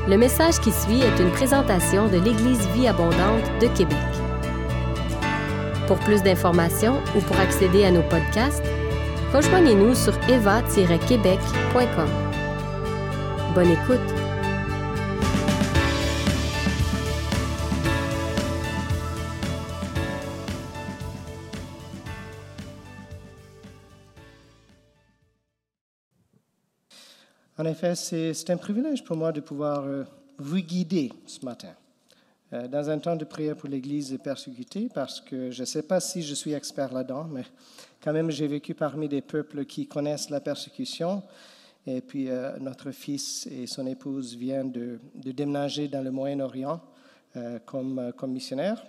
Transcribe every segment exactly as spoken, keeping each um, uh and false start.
Le message qui suit est une présentation de l'Église Vie Abondante de Québec. Pour plus d'informations ou pour accéder à nos podcasts, rejoignez-nous sur eva tiret québec point com. Bonne écoute! En effet, c'est, c'est un privilège pour moi de pouvoir euh, vous guider ce matin euh, dans un temps de prière pour l'Église persécutée, parce que je ne sais pas si je suis expert là-dedans, mais quand même, j'ai vécu parmi des peuples qui connaissent la persécution. Et puis, euh, notre fils et son épouse viennent de, de déménager dans le Moyen-Orient euh, comme, comme missionnaires.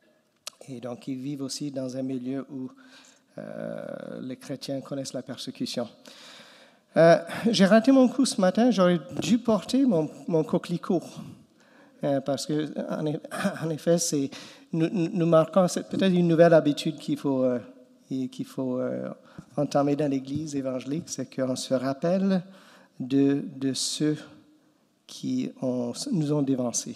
Et donc, ils vivent aussi dans un milieu où euh, les chrétiens connaissent la persécution. Euh, j'ai raté mon coup ce matin, j'aurais dû porter mon, mon coquelicot, euh, parce que en, en effet, c'est, nous, nous marquons, c'est peut-être une nouvelle habitude qu'il faut, euh, qu'il faut euh, entamer dans l'Église évangélique, c'est qu'on se rappelle de, de ceux qui ont, nous ont dévancés,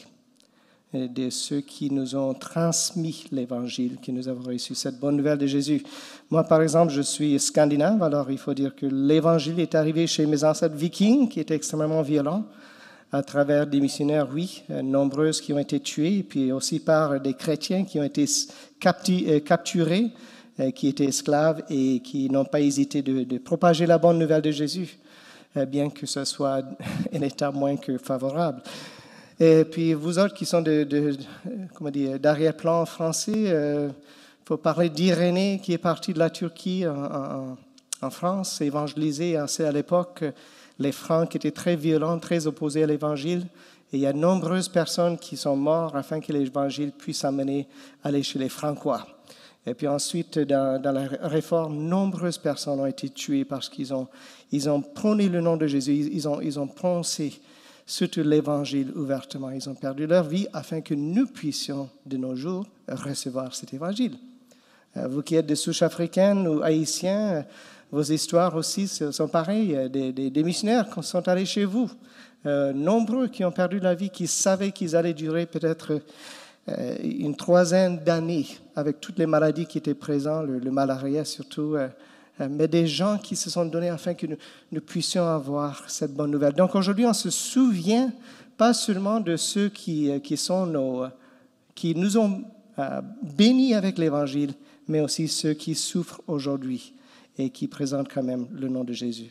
de ceux qui nous ont transmis l'Évangile, qui nous avons reçu cette bonne nouvelle de Jésus. Moi, par exemple, je suis scandinave, alors il faut dire que l'Évangile est arrivé chez mes ancêtres vikings, qui étaient extrêmement violents, à travers des missionnaires, oui, nombreux qui ont été tués, et puis aussi par des chrétiens qui ont été capti- capturés, qui étaient esclaves et qui n'ont pas hésité de, de propager la bonne nouvelle de Jésus, bien que ce soit un état moins que favorable. Et puis, vous autres qui sont de, de, de, comment dire, d'arrière-plan français, il euh, faut parler d'Irénée qui est parti de la Turquie en, en, en France, évangélisé assez à l'époque. Les Francs étaient très violents, très opposés à l'Évangile. Et il y a de nombreuses personnes qui sont mortes afin que l'Évangile puisse amener à aller chez les Francois. Et puis ensuite, dans, dans la Réforme, nombreuses personnes ont été tuées parce qu'ils ont, ils ont prôné le nom de Jésus, ils, ils ont, ils ont prononcé surtout l'Évangile ouvertement. Ils ont perdu leur vie afin que nous puissions, de nos jours, recevoir cet Évangile. Vous qui êtes de souche africaine ou haïtiens, vos histoires aussi sont pareilles. Des, des, des missionnaires qui sont allés chez vous, euh, nombreux qui ont perdu la vie, qui savaient qu'ils allaient durer peut-être euh, une troisième d'années avec toutes les maladies qui étaient présentes, le, le malaria surtout, euh, mais des gens qui se sont donnés afin que nous, nous puissions avoir cette bonne nouvelle. Donc aujourd'hui, on se souvient pas seulement de ceux qui, qui, sont nos, qui nous ont euh, bénis avec l'Évangile, mais aussi ceux qui souffrent aujourd'hui et qui présentent quand même le nom de Jésus.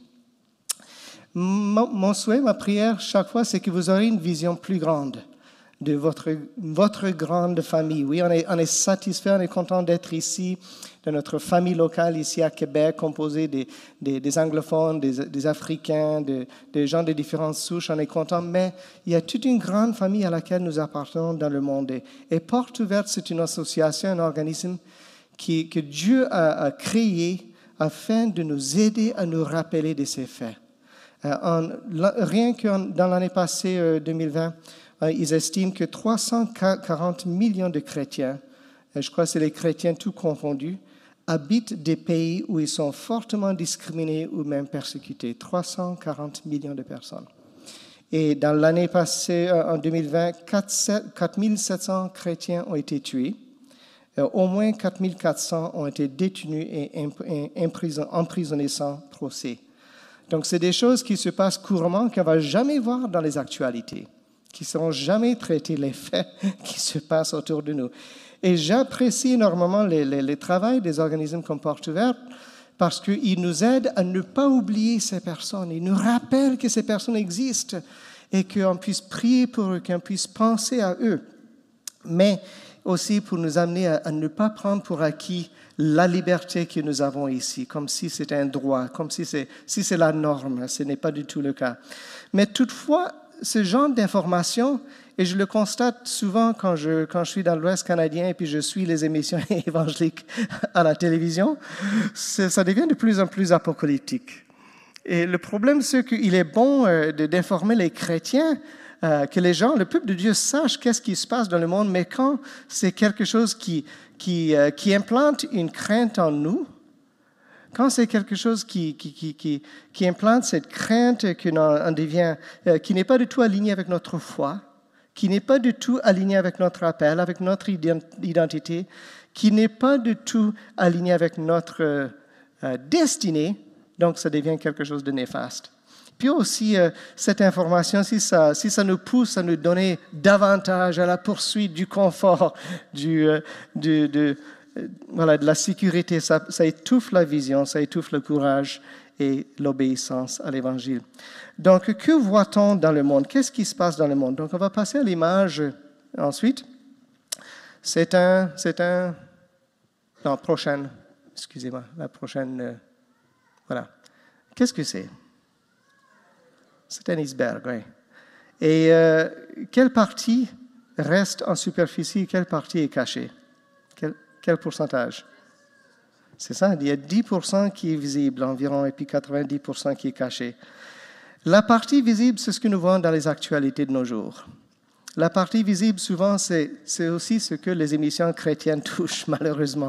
Mon, mon souhait, ma prière, chaque fois, c'est que vous aurez une vision plus grande de votre, votre grande famille. Oui, on est, on est satisfait, on est content d'être ici, de notre famille locale ici à Québec, composée des, des, des anglophones, des, des Africains, des, des gens de différentes souches, on est content, mais il y a toute une grande famille à laquelle nous appartenons dans le monde. Et Porte Ouverte, c'est une association, un organisme qui, que Dieu a, a créé afin de nous aider à nous rappeler de ces faits. Euh, en, rien que dans l'année passée, euh, deux mille vingt, euh, ils estiment que trois cent quarante millions de chrétiens, euh, je crois que c'est les chrétiens tout confondus, habitent des pays où ils sont fortement discriminés ou même persécutés. trois cent quarante millions de personnes. Et dans l'année passée, en deux mille vingt, quatre mille sept cents chrétiens ont été tués. Euh, au moins quatre mille quatre cents ont été détenus et emprisonnés sans procès. Donc, c'est des choses qui se passent couramment, qu'on ne va jamais voir dans les actualités, qui ne seront jamais traités les faits qui se passent autour de nous. Et j'apprécie énormément le travail des organismes comme Porte Ouverte parce qu'ils nous aident à ne pas oublier ces personnes. Ils nous rappellent que ces personnes existent et qu'on puisse prier pour eux, qu'on puisse penser à eux. Mais aussi pour nous amener à, à ne pas prendre pour acquis la liberté que nous avons ici, comme si c'était un droit, comme si c'est, si c'est la norme. Ce n'est pas du tout le cas. Mais toutefois, ce genre d'informations, et je le constate souvent quand je, quand je suis dans l'Ouest canadien et puis je suis les émissions évangéliques à la télévision, ça devient de plus en plus apocalyptique. Et le problème, c'est qu'il est bon euh, de, d'informer les chrétiens, euh, que les gens, le peuple de Dieu, sachent qu'est-ce qui se passe dans le monde, mais quand c'est quelque chose qui, qui, euh, qui implante une crainte en nous, quand c'est quelque chose qui, qui, qui, qui, qui implante cette crainte qu'on en devient, euh, qui n'est pas du tout aligné avec notre foi, qui n'est pas du tout aligné avec notre appel, avec notre identité, qui n'est pas du tout aligné avec notre euh, euh, destinée, donc ça devient quelque chose de néfaste. Puis aussi, euh, cette information, si ça, si ça nous pousse à nous donner davantage à la poursuite du confort, du, euh, du, de, euh, voilà, de la sécurité, ça, ça étouffe la vision, ça étouffe le courage et l'obéissance à l'Évangile. Donc, que voit-on dans le monde? Qu'est-ce qui se passe dans le monde? Donc, on va passer à l'image ensuite. C'est un... C'est un non, prochaine. Excusez-moi, la prochaine... Euh, voilà. Qu'est-ce que c'est? C'est un iceberg, oui. Et euh, quelle partie reste en superficie et quelle partie est cachée? Quel, quel pourcentage? C'est ça, il y a dix pour cent qui est visible environ et puis quatre-vingt-dix pour cent qui est caché. La partie visible, c'est ce que nous voyons dans les actualités de nos jours. La partie visible, souvent, c'est, c'est aussi ce que les émissions chrétiennes touchent, malheureusement.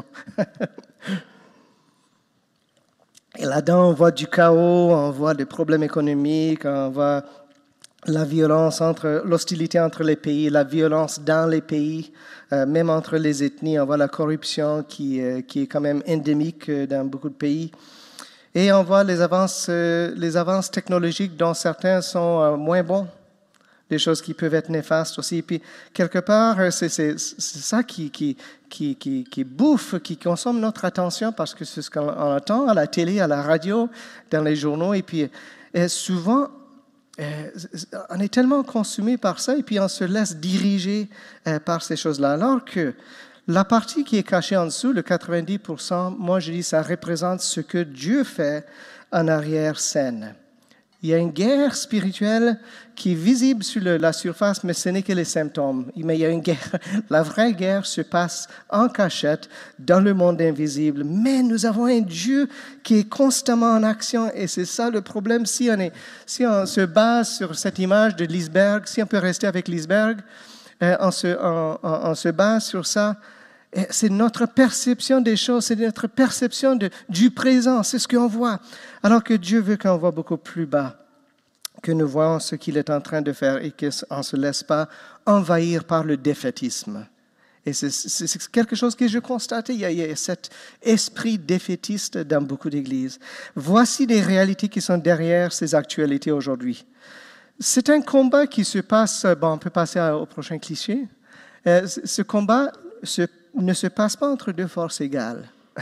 Et là-dedans, on voit du chaos, on voit des problèmes économiques, on voit la violence, entre, l'hostilité entre les pays, la violence dans les pays, euh, même entre les ethnies. On voit la corruption qui, euh, qui est quand même endémique dans beaucoup de pays. Et on voit les avances, euh, les avances technologiques dont certains sont euh, moins bons, des choses qui peuvent être néfastes aussi. Et puis, quelque part, c'est, c'est, c'est ça qui, qui, qui, qui, qui bouffe, qui consomme notre attention parce que c'est ce qu'on entend à la télé, à la radio, dans les journaux. Et puis, et souvent, euh, on est tellement consumé par ça et puis on se laisse diriger euh, par ces choses-là. Alors que la partie qui est cachée en dessous, le quatre-vingt-dix pour cent, moi je dis ça représente ce que Dieu fait en arrière-scène. Il y a une guerre spirituelle qui est visible sur le, la surface, mais ce n'est que les symptômes. Mais il y a une guerre. La vraie guerre se passe en cachette, dans le monde invisible. Mais nous avons un Dieu qui est constamment en action. Et c'est ça le problème. Si on, est, si on se base sur cette image de l'iceberg, si on peut rester avec l'iceberg, euh, on, se, on, on, on se base sur ça. C'est notre perception des choses, c'est notre perception de, du présent, c'est ce qu'on voit. Alors que Dieu veut qu'on voit beaucoup plus bas, que nous voyons ce qu'il est en train de faire et qu'on ne se laisse pas envahir par le défaitisme. Et c'est, c'est, c'est quelque chose que je constate, il y, a, il y a cet esprit défaitiste dans beaucoup d'églises. Voici des réalités qui sont derrière ces actualités aujourd'hui. C'est un combat qui se passe, bon, on peut passer au prochain cliché. Euh, ce combat se ne se passe pas entre deux forces égales.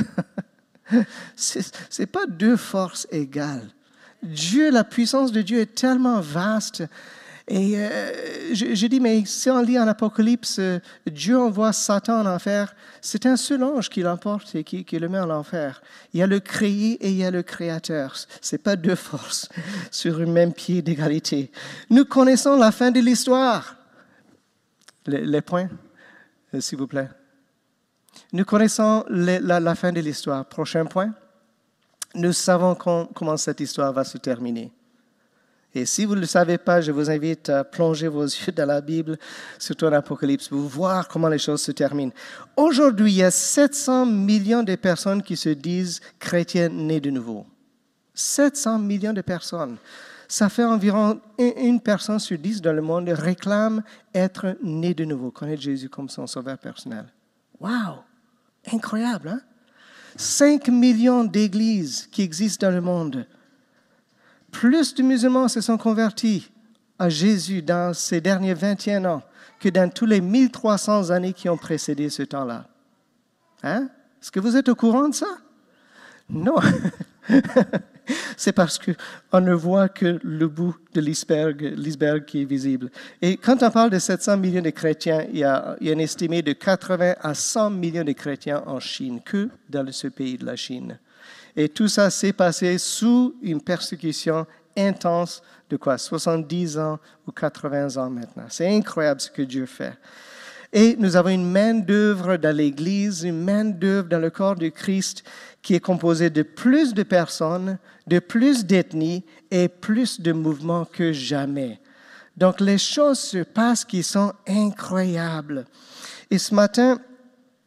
Ce n'est pas deux forces égales. Dieu, la puissance de Dieu est tellement vaste. Et euh, je, je dis, mais si on lit en Apocalypse, Dieu envoie Satan en enfer, c'est un seul ange qui l'emporte et qui, qui le met en enfer. Il y a le créé et il y a le créateur. Ce n'est pas deux forces sur un même pied d'égalité. Nous connaissons la fin de l'histoire. Les, les points, s'il vous plaît. Nous connaissons les, la, la fin de l'histoire. Prochain point. Nous savons com, comment cette histoire va se terminer. Et si vous ne le savez pas, je vous invite à plonger vos yeux dans la Bible, surtout en Apocalypse, pour voir comment les choses se terminent. Aujourd'hui, il y a sept cents millions de personnes qui se disent chrétiennes nées de nouveau. sept cents millions de personnes. Ça fait environ une personne sur dix dans le monde réclame être née de nouveau, connaître Jésus comme son sauveur personnel. Wow! Incroyable, hein? cinq millions d'églises qui existent dans le monde. Plus de musulmans se sont convertis à Jésus dans ces derniers vingt et un ans que dans tous les mille trois cents années qui ont précédé ce temps-là. Hein? Est-ce que vous êtes au courant de ça? Non. C'est parce qu'on ne voit que le bout de l'iceberg, l'iceberg qui est visible. Et quand on parle de sept cents millions de chrétiens, il y a, il y a un estimé de quatre-vingts à cent millions de chrétiens en Chine, que dans ce pays de la Chine. Et tout ça s'est passé sous une persécution intense de quoi? soixante-dix ans ou quatre-vingts ans maintenant. C'est incroyable ce que Dieu fait. Et nous avons une main-d'œuvre dans l'Église, une main-d'œuvre dans le corps de Christ qui est composée de plus de personnes, de plus d'ethnies et plus de mouvements que jamais. Donc, les choses se passent qui sont incroyables. Et ce matin,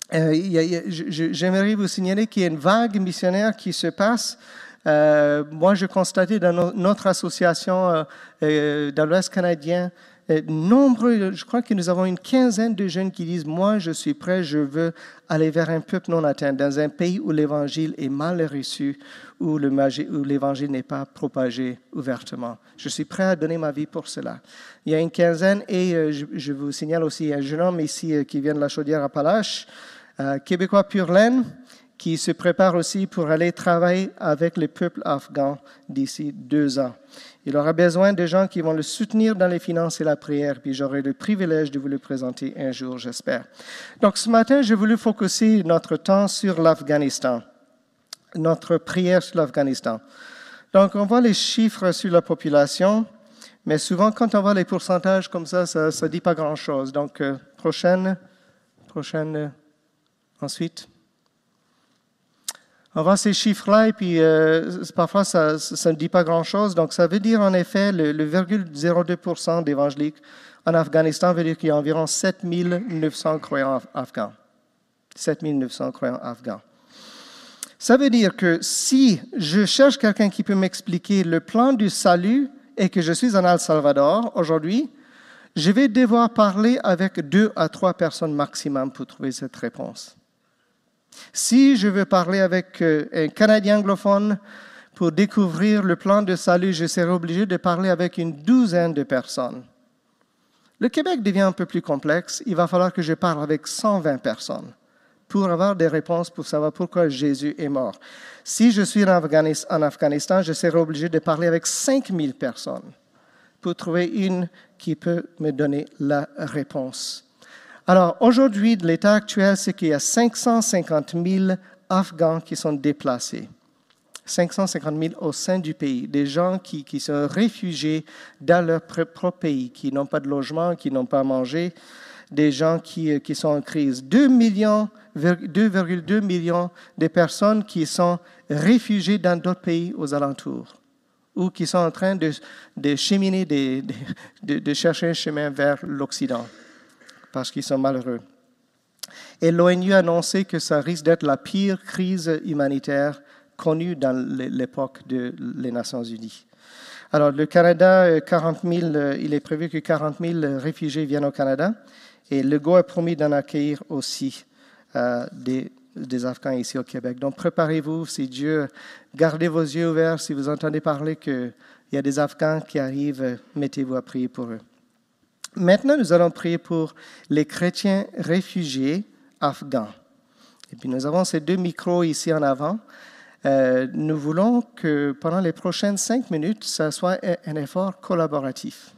euh, y a, y a, je, j'aimerais vous signaler qu'il y a une vague missionnaire qui se passe. Euh, moi, je constatais dans no, notre association euh, euh, dans l'Ouest canadien, euh, nombreux, je crois que nous avons une quinzaine de jeunes qui disent « Moi, je suis prêt, je veux aller vers un peuple non atteint, dans un pays où l'Évangile est mal reçu, où, le, où l'Évangile n'est pas propagé ouvertement. Je suis prêt à donner ma vie pour cela. » Il y a une quinzaine, et euh, je, je vous signale aussi un jeune homme ici euh, qui vient de la Chaudière-Appalaches, euh, québécois pur laine, qui se prépare aussi pour aller travailler avec le peuple afghan d'ici deux ans. Il aura besoin de gens qui vont le soutenir dans les finances et la prière, puis j'aurai le privilège de vous le présenter un jour, j'espère. Donc ce matin, j'ai voulu focuser notre temps sur l'Afghanistan, notre prière sur l'Afghanistan. Donc on voit les chiffres sur la population, mais souvent quand on voit les pourcentages comme ça, ça ne dit pas grand-chose. Donc euh, prochaine, prochaine, euh, ensuite. On voit ces chiffres-là et puis euh, parfois ça, ça ne dit pas grand-chose. Donc ça veut dire en effet le, le virgule zéro deux pour cent d'évangéliques en Afghanistan veut dire qu'il y a environ sept mille neuf cents croyants afghans. sept mille neuf cents croyants afghans. Ça veut dire que si je cherche quelqu'un qui peut m'expliquer le plan du salut et que je suis en El Salvador aujourd'hui, je vais devoir parler avec deux à trois personnes maximum pour trouver cette réponse. Si je veux parler avec un Canadien anglophone pour découvrir le plan de salut, je serai obligé de parler avec une douzaine de personnes. Le Québec devient un peu plus complexe. Il va falloir que je parle avec cent vingt personnes pour avoir des réponses pour savoir pourquoi Jésus est mort. Si je suis en Afghanistan, je serai obligé de parler avec cinq mille personnes pour trouver une qui peut me donner la réponse. Alors, aujourd'hui, l'état actuel, c'est qu'il y a cinq cent cinquante mille Afghans qui sont déplacés. cinq cent cinquante mille au sein du pays. Des gens qui, qui sont réfugiés dans leur propre pays, qui n'ont pas de logement, qui n'ont pas à manger, des gens qui, qui sont en crise. deux virgule deux millions de personnes qui sont réfugiées dans d'autres pays aux alentours ou qui sont en train de, de cheminer, de, de, de chercher un chemin vers l'Occident, parce qu'ils sont malheureux. Et l'ONU a annoncé que ça risque d'être la pire crise humanitaire connue dans l'époque des Nations Unies. Alors, le Canada, quarante mille, il est prévu que quarante mille réfugiés viennent au Canada, et le G O A a promis d'en accueillir aussi euh, des, des Afghans ici au Québec. Donc, préparez-vous, si Dieu, gardez vos yeux ouverts, si vous entendez parler qu'il y a des Afghans qui arrivent, mettez-vous à prier pour eux. Maintenant, nous allons prier pour les chrétiens réfugiés afghans. Et puis, nous avons ces deux micros ici en avant. Euh, nous voulons que pendant les prochaines cinq minutes, ça soit un effort collaboratif.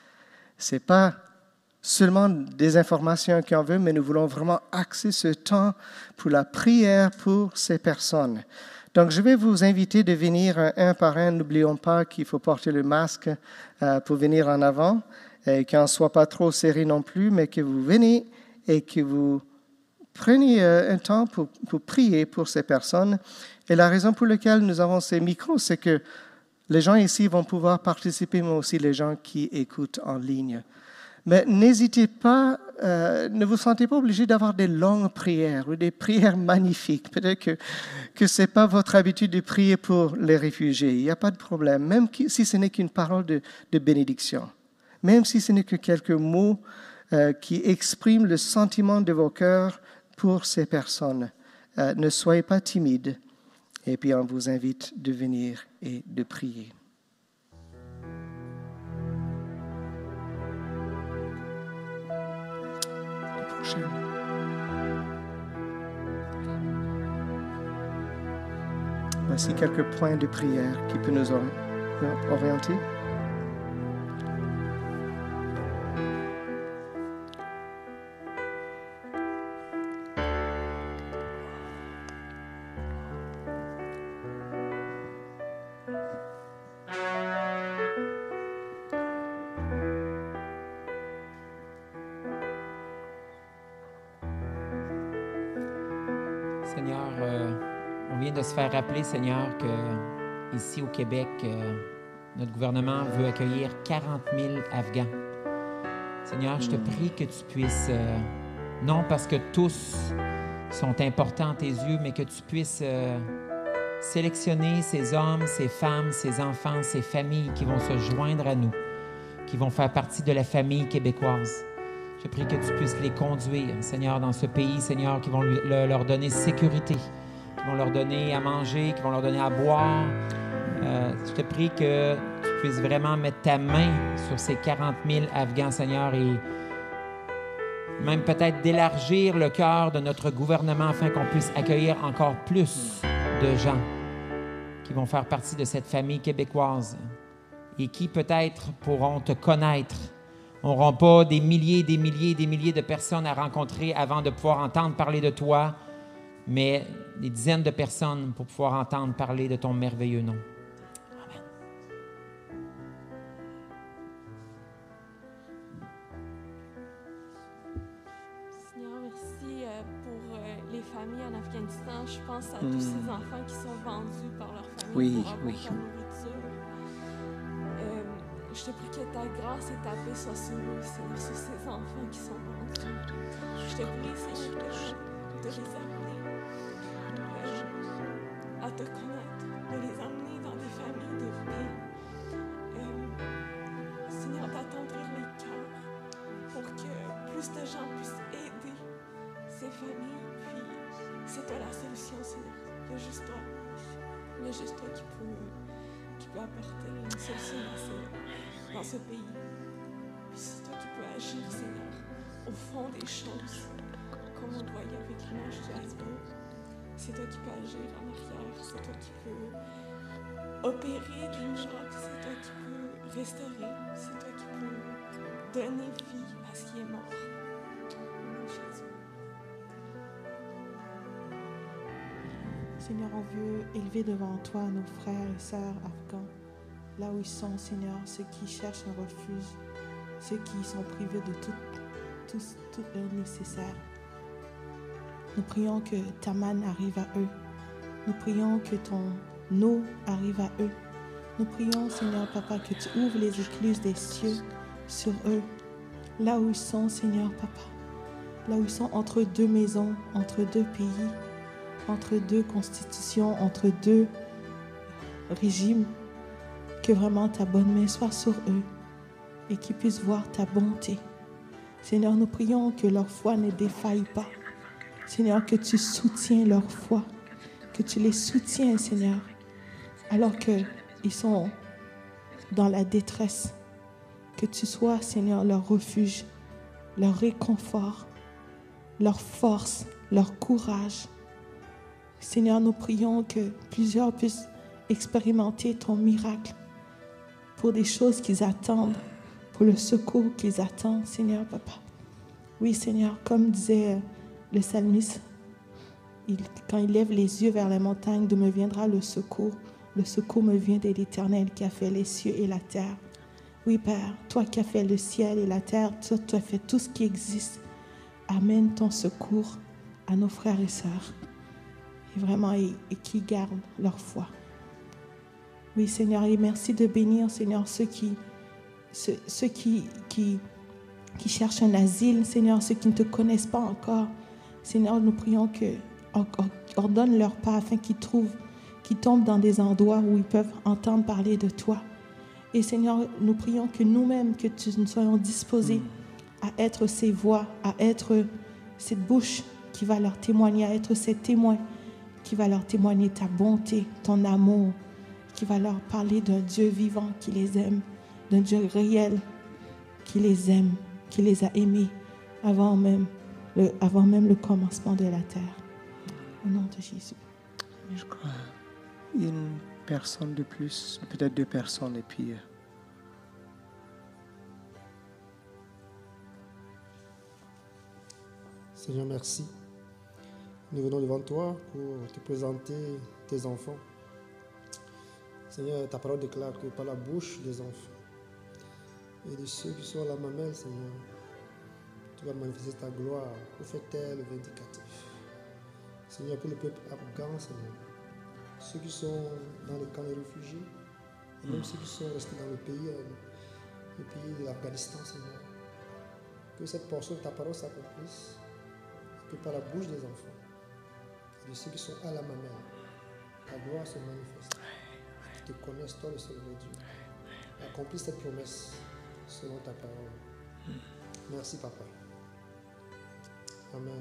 Ce n'est pas seulement des informations qu'on veut, mais nous voulons vraiment axer ce temps pour la prière pour ces personnes. Donc, je vais vous inviter de venir un par un. N'oublions pas qu'il faut porter le masque euh, pour venir en avant. Et qu'on ne soit pas trop serré non plus, mais que vous venez et que vous preniez un temps pour, pour prier pour ces personnes. Et la raison pour laquelle nous avons ces micros, c'est que les gens ici vont pouvoir participer, mais aussi les gens qui écoutent en ligne. Mais n'hésitez pas, euh, ne vous sentez pas obligé d'avoir des longues prières ou des prières magnifiques. Peut-être que, que ce n'est pas votre habitude de prier pour les réfugiés. Il n'y a pas de problème, même si ce n'est qu'une parole de, de bénédiction. Même si ce n'est que quelques mots euh, qui expriment le sentiment de vos cœurs pour ces personnes. Euh, ne soyez pas timides. Et puis, on vous invite de venir et de prier. La prochaine. Voici quelques points de prière qui peuvent nous orienter. Seigneur, euh, on vient de se faire rappeler, Seigneur, que ici au Québec, euh, notre gouvernement veut accueillir quarante mille Afghans. Seigneur, je te prie que tu puisses, euh, non parce que tous sont importants à tes yeux, mais que tu puisses euh, sélectionner ces hommes, ces femmes, ces enfants, ces familles qui vont se joindre à nous, qui vont faire partie de la famille québécoise. Je prie que tu puisses les conduire, Seigneur, dans ce pays, Seigneur, qui vont lui, le, leur donner sécurité, qui vont leur donner à manger, qui vont leur donner à boire. Euh, je te prie que tu puisses vraiment mettre ta main sur ces quarante mille Afghans, Seigneur, et même peut-être d'élargir le cœur de notre gouvernement afin qu'on puisse accueillir encore plus de gens qui vont faire partie de cette famille québécoise et qui peut-être pourront te connaître. On n'aura pas des milliers, des milliers, des milliers de personnes à rencontrer avant de pouvoir entendre parler de toi, mais des dizaines de personnes pour pouvoir entendre parler de ton merveilleux nom. Amen. Seigneur, merci euh, pour euh, les familles en Afghanistan. Je pense à mm. tous ces enfants qui sont vendus par leur famille oui, pour avoir oui. de la nourriture. Euh, je te prie que ta grâce et ta paix soient sur eux, Seigneur, sur ces enfants qui sont vendus. Je te prie, Seigneur, de, de les amener euh, à te connaître, de les amener dans des familles de paix. Euh, Seigneur, d'attendrir les cœurs pour que plus de gens puissent aider ces familles. Puis, c'est toi la solution, Seigneur. Il y a juste toi. Il y a juste toi qui peut, qui peut apporter une solution dans ce, dans ce pays. Puis, c'est toi qui peux agir, Seigneur, au fond des choses, comme on le voyait avec l'image du iceberg. C'est toi qui peux agir en arrière. C'est toi qui peux opérer des miracles. C'est toi qui peux restaurer. C'est toi qui peux donner vie à ce qui est mort. Jésus. Seigneur, on veut élever devant toi nos frères et sœurs afghans, là où ils sont, Seigneur, ceux qui cherchent un refuge, ceux qui sont privés de tout, tout, tout le nécessaire. Nous prions que ta manne arrive à eux. Nous prions que ton eau arrive à eux. Nous prions, Seigneur Papa, que tu ouvres les écluses des cieux sur eux, là où ils sont, Seigneur Papa, là où ils sont entre deux maisons, entre deux pays, entre deux constitutions, entre deux régimes, que vraiment ta bonne main soit sur eux et qu'ils puissent voir ta bonté. Seigneur, nous prions que leur foi ne défaille pas. Seigneur, que tu soutiens leur foi, que tu les soutiens, Seigneur, alors qu'ils sont dans la détresse. Que tu sois, Seigneur, leur refuge, leur réconfort, leur force, leur courage. Seigneur, nous prions que plusieurs puissent expérimenter ton miracle pour des choses qu'ils attendent, pour le secours qu'ils attendent, Seigneur Papa. Oui, Seigneur, comme disait le psalmiste, il, quand il lève les yeux vers la montagne, d'où me viendra le secours? Le secours me vient de l'Éternel qui a fait les cieux et la terre. Oui, Père, toi qui as fait le ciel et la terre, toi, tu as fait tout ce qui existe. Amène ton secours à nos frères et sœurs. Et vraiment, et, et qui gardent leur foi. Oui, Seigneur, et merci de bénir, Seigneur, ceux qui, ceux, ceux qui, qui, qui cherchent un asile, Seigneur, ceux qui ne te connaissent pas encore. Seigneur, nous prions que ordonne leur pas afin qu'ils trouvent, qu'ils tombent dans des endroits où ils peuvent entendre parler de toi. Et Seigneur, nous prions que nous-mêmes, que tu nous soyons disposés à être ces voix, à être cette bouche qui va leur témoigner, à être ces témoins qui va leur témoigner ta bonté, ton amour, qui va leur parler d'un Dieu vivant qui les aime, d'un Dieu réel qui les aime, qui les a aimés avant même le, avant même le commencement de la terre. Au nom de Jésus. Je crois une personne de plus, peut-être deux personnes, et puis... Seigneur, merci. Nous venons devant toi pour te présenter tes enfants. Seigneur, ta parole déclare que par la bouche des enfants et de ceux qui sont à la mamelle, Seigneur, tu vas manifester ta gloire pour faire taire le vindicatif. Seigneur, pour le peuple afghan, Seigneur, ceux qui sont dans les camps de réfugiés, et même ceux qui sont restés dans le pays, le pays de l'Afghanistan, Seigneur, que cette portion de ta parole s'accomplisse, que par la bouche des enfants, de ceux qui sont à la mamelle. Ta gloire se manifeste. Qu'ils te connaissent, toi le seul vrai Dieu. Accomplis cette promesse selon ta parole. Merci, Papa. Amen.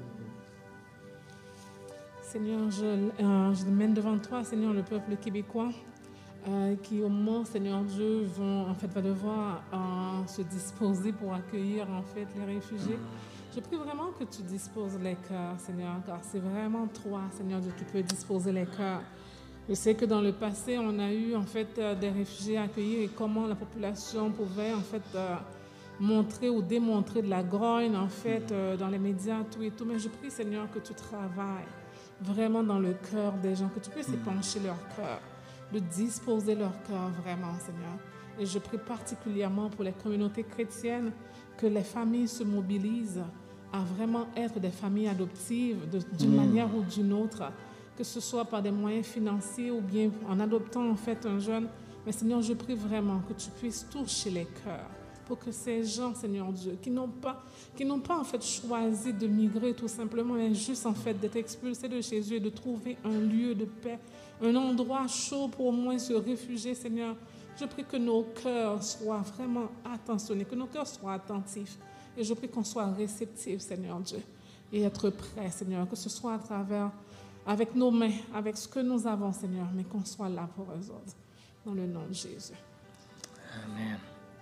Seigneur, je, euh, je mène devant toi, Seigneur, le peuple québécois euh, qui, au moment, Seigneur Dieu, vont, en fait, va devoir euh, se disposer pour accueillir en fait, les réfugiés. Je prie vraiment que tu disposes les cœurs, Seigneur, car c'est vraiment toi, Seigneur Dieu, qui peux disposer les cœurs. Je sais que dans le passé, on a eu en fait euh, des réfugiés accueillis et comment la population pouvait en fait euh, montrer ou démontrer de la grogne en fait euh, dans les médias, tout et tout. Mais je prie, Seigneur, que tu travailles vraiment dans le cœur des gens, que tu puisses épancher leur cœur, de disposer leur cœur vraiment, Seigneur. Et je prie particulièrement pour les communautés chrétiennes, que les familles se mobilisent à vraiment être des familles adoptives de, d'une mmh. manière ou d'une autre, que ce soit par des moyens financiers ou bien en adoptant en fait un jeune. Mais Seigneur, je prie vraiment que tu puisses toucher les cœurs pour que ces gens, Seigneur Dieu, qui n'ont pas, qui n'ont pas en fait choisi de migrer tout simplement, mais juste en fait d'être expulsés de chez eux et de trouver un lieu de paix, un endroit chaud pour au moins se réfugier, Seigneur. Je prie que nos cœurs soient vraiment attentionnés, que nos cœurs soient attentifs. Et je prie qu'on soit réceptifs, Seigneur Dieu, et être prêts, Seigneur, que ce soit à travers, avec nos mains, avec ce que nous avons, Seigneur, mais qu'on soit là pour eux autres. Dans le nom de Jésus. Amen.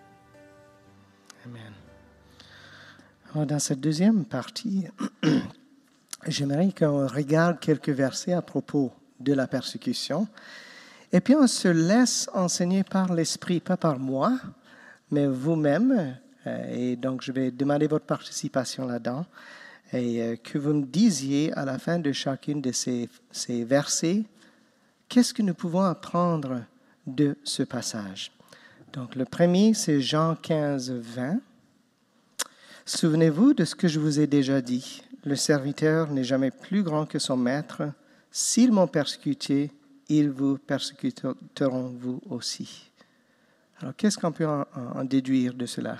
Amen. Alors, dans cette deuxième partie, j'aimerais qu'on regarde quelques versets à propos de la persécution. Et puis, on se laisse enseigner par l'Esprit, pas par moi, mais vous-même. Et donc, je vais demander votre participation là-dedans. Et que vous me disiez à la fin de chacune de ces, ces versets, qu'est-ce que nous pouvons apprendre de ce passage. Donc, le premier, c'est Jean quinze, vingt. Souvenez-vous de ce que je vous ai déjà dit. Le serviteur n'est jamais plus grand que son maître. S'ils m'ont persécuté, ils vous persécuteront vous aussi. Alors, qu'est-ce qu'on peut en, en déduire de cela?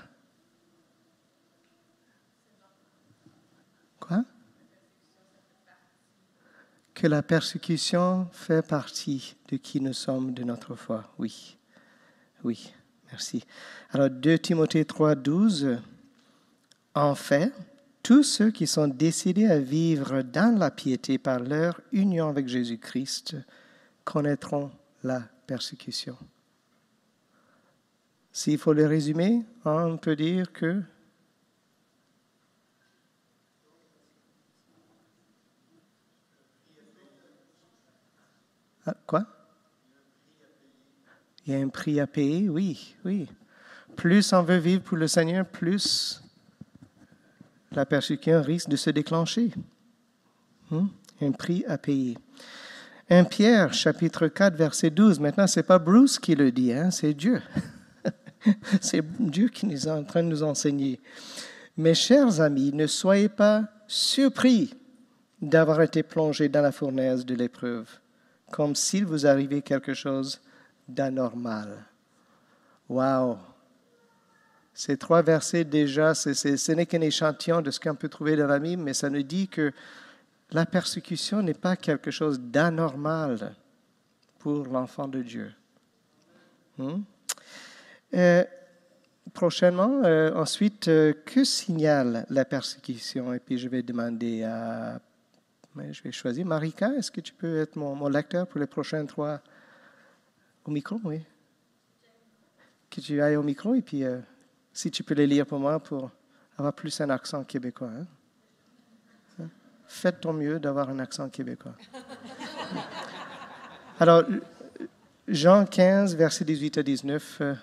Quoi? Que la persécution fait partie de qui nous sommes, de notre foi. Oui, oui, merci. Alors, deux Timothée trois, douze. En fait, tous ceux qui sont décidés à vivre dans la piété par leur union avec Jésus-Christ connaîtront la persécution. S'il faut le résumer, on peut dire que ah, quoi? Il y a un prix à payer, oui, oui. Plus on veut vivre pour le Seigneur, plus la persécution risque de se déclencher. Hmm? Un prix à payer. un Pierre, chapitre quatre, verset douze. Maintenant, ce n'est pas Bruce qui le dit, hein, c'est Dieu. C'est Dieu qui nous est en train de nous enseigner. Mes chers amis, ne soyez pas surpris d'avoir été plongés dans la fournaise de l'épreuve, comme s'il vous arrivait quelque chose d'anormal. Wow! Ces trois versets déjà, c'est, c'est, ce n'est qu'un échantillon de ce qu'on peut trouver dans la Bible, mais ça nous dit que la persécution n'est pas quelque chose d'anormal pour l'enfant de Dieu. Hmm? Euh, prochainement, euh, ensuite, euh, que signale la persécution? Et puis je vais demander à... Je vais choisir. Marika, est-ce que tu peux être mon, mon lecteur pour les prochains trois? Au micro, oui. Que tu ailles au micro et puis... Euh, si tu peux les lire pour moi, pour avoir plus un accent québécois. Hein? Faites ton mieux d'avoir un accent québécois. Alors, Jean quinze, versets dix-huit à dix-neuf. Euh,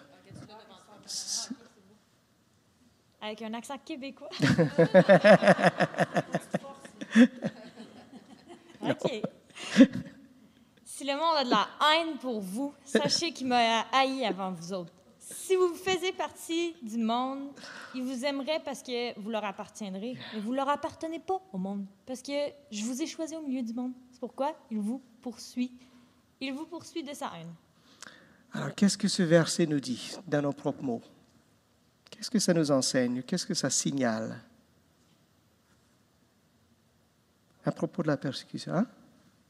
Avec un accent québécois. OK. Si le monde a de la haine pour vous, sachez qu'il m'a haï avant vous autres. Si vous faisiez partie du monde, ils vous aimeraient parce que vous leur appartiendrez, mais vous ne leur appartenez pas au monde, parce que je vous ai choisi au milieu du monde. C'est pourquoi il vous poursuit. Il vous poursuit de sa haine. Alors, qu'est-ce que ce verset nous dit dans nos propres mots? Qu'est-ce que ça nous enseigne? Qu'est-ce que ça signale? À propos de la persécution, hein?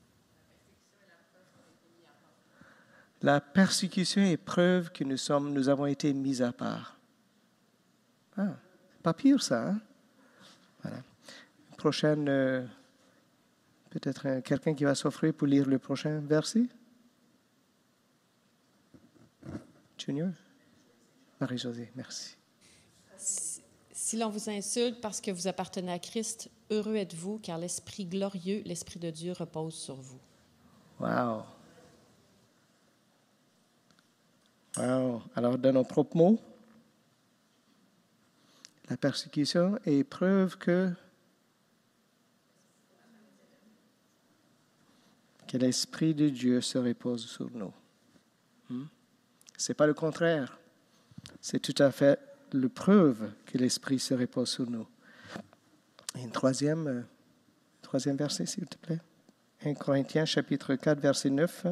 La persécution est preuve que nous, sommes, nous avons été mis à part. Ah, pas pire ça, hein? Voilà. Prochaine, euh, peut-être euh, quelqu'un qui va s'offrir pour lire le prochain verset? Junior? Marie-Josée, merci. Si, si l'on vous insulte parce que vous appartenez à Christ, heureux êtes-vous, car l'Esprit glorieux, l'Esprit de Dieu repose sur vous. Wow! Wow! Alors, dans nos propres mots, la persécution est preuve que, que l'Esprit de Dieu se repose sur nous. Hmm? Ce n'est pas le contraire. C'est tout à fait la preuve que l'Esprit se repose sur nous. Et une troisième, euh, troisième verset, s'il te plaît. un Corinthiens, chapitre quatre, verset neuf.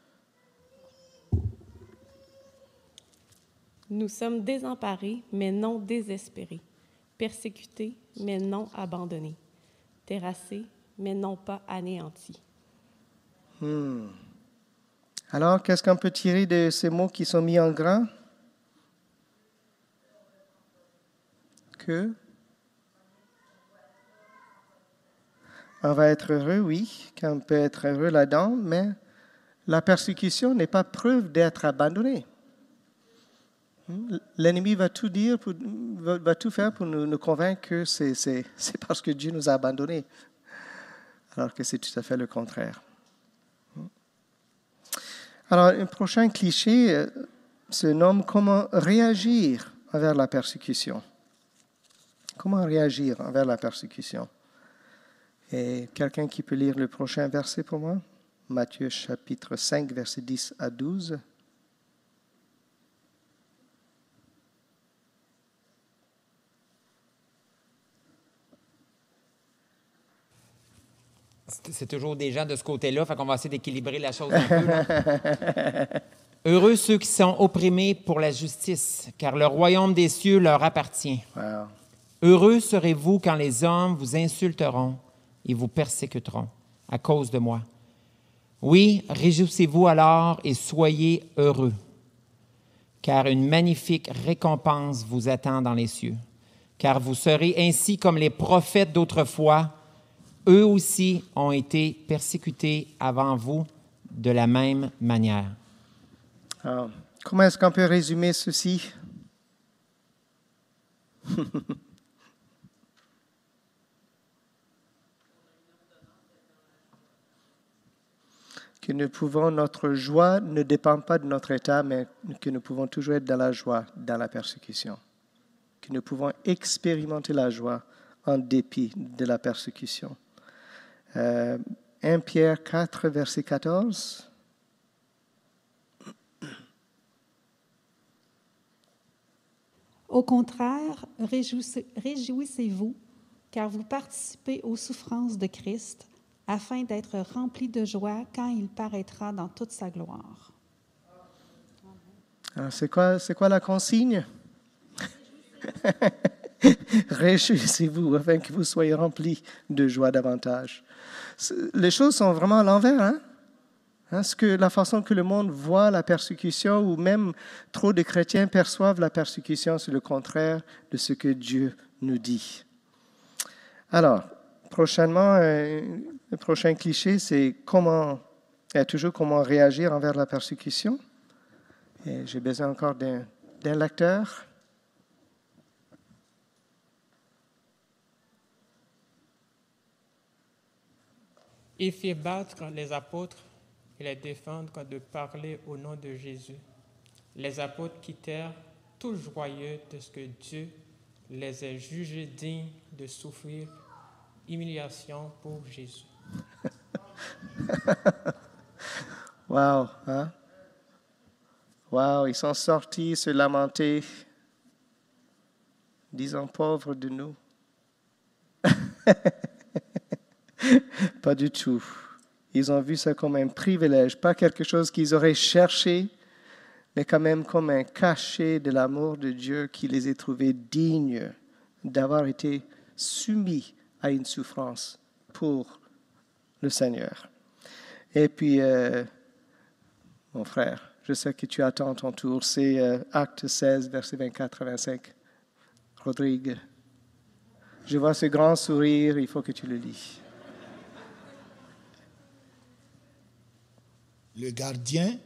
Nous sommes désemparés, mais non désespérés. Persécutés, mais non abandonnés. Terrassés, mais non pas anéantis. Hmm. Alors, qu'est-ce qu'on peut tirer de ces mots qui sont mis en gras? Que on va être heureux, oui, qu'on peut être heureux là-dedans, mais la persécution n'est pas preuve d'être abandonné. L'ennemi va tout dire, pour, va, va tout faire pour nous, nous convaincre que c'est, c'est, c'est parce que Dieu nous a abandonnés, alors que c'est tout à fait le contraire. Alors, un prochain cliché se nomme « Comment réagir envers la persécution ». Comment réagir envers la persécution? Et quelqu'un qui peut lire le prochain verset pour moi? Matthieu chapitre cinq, versets dix à douze. C'est toujours des gens de ce côté-là, fait qu'on va essayer d'équilibrer la chose un peu. Là. Heureux ceux qui sont opprimés pour la justice, car le royaume des cieux leur appartient. Wow. Heureux serez-vous quand les hommes vous insulteront et vous persécuteront à cause de moi. Oui, réjouissez-vous alors et soyez heureux, car une magnifique récompense vous attend dans les cieux. Car vous serez ainsi comme les prophètes d'autrefois. Eux aussi ont été persécutés avant vous de la même manière. Alors, comment est-ce qu'on peut résumer ceci? Que nous pouvons, notre joie ne dépend pas de notre état, mais que nous pouvons toujours être dans la joie, dans la persécution. Que nous pouvons expérimenter la joie en dépit de la persécution. Euh, un Pierre quatre, verset quatorze. Au contraire, réjouissez, réjouissez-vous, car vous participez aux souffrances de Christ, afin d'être remplis de joie quand il paraîtra dans toute sa gloire. Alors, c'est quoi, c'est quoi la consigne? Réjouissez-vous afin que vous soyez remplis de joie davantage. Les choses sont vraiment à l'envers, hein? Hein, ce que, la façon que le monde voit la persécution, ou même trop de chrétiens perçoivent la persécution, c'est le contraire de ce que Dieu nous dit. Alors, prochainement, euh, le prochain cliché, c'est comment, euh, toujours comment réagir envers la persécution. Et j'ai besoin encore d'un, d'un lecteur. Ils firent battre les apôtres et les défendre de parler au nom de Jésus. Les apôtres quittèrent, tout joyeux de ce que Dieu les ait jugés dignes de souffrir humiliation pour Jésus. Wow, hein? Wow, ils sont sortis se lamenter, disant pauvres de nous. Pas du tout. Ils ont vu ça comme un privilège, pas quelque chose qu'ils auraient cherché, mais quand même comme un cachet de l'amour de Dieu qui les ait trouvés dignes d'avoir été soumis à une souffrance pour le Seigneur. Et puis, euh, mon frère, je sais que tu attends ton tour. C'est euh, Acte seize, versets vingt-quatre à vingt-cinq. Rodrigue, je vois ce grand sourire, il faut que tu le lis. Le gardien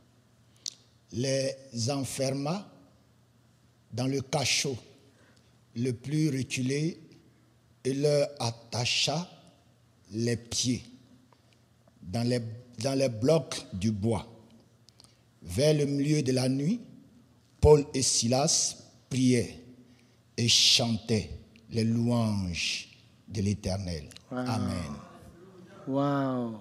les enferma dans le cachot le plus reculé et leur attacha les pieds dans les, dans les blocs du bois. Vers le milieu de la nuit, Paul et Silas priaient et chantaient les louanges de l'Éternel. Wow. Amen. Wow.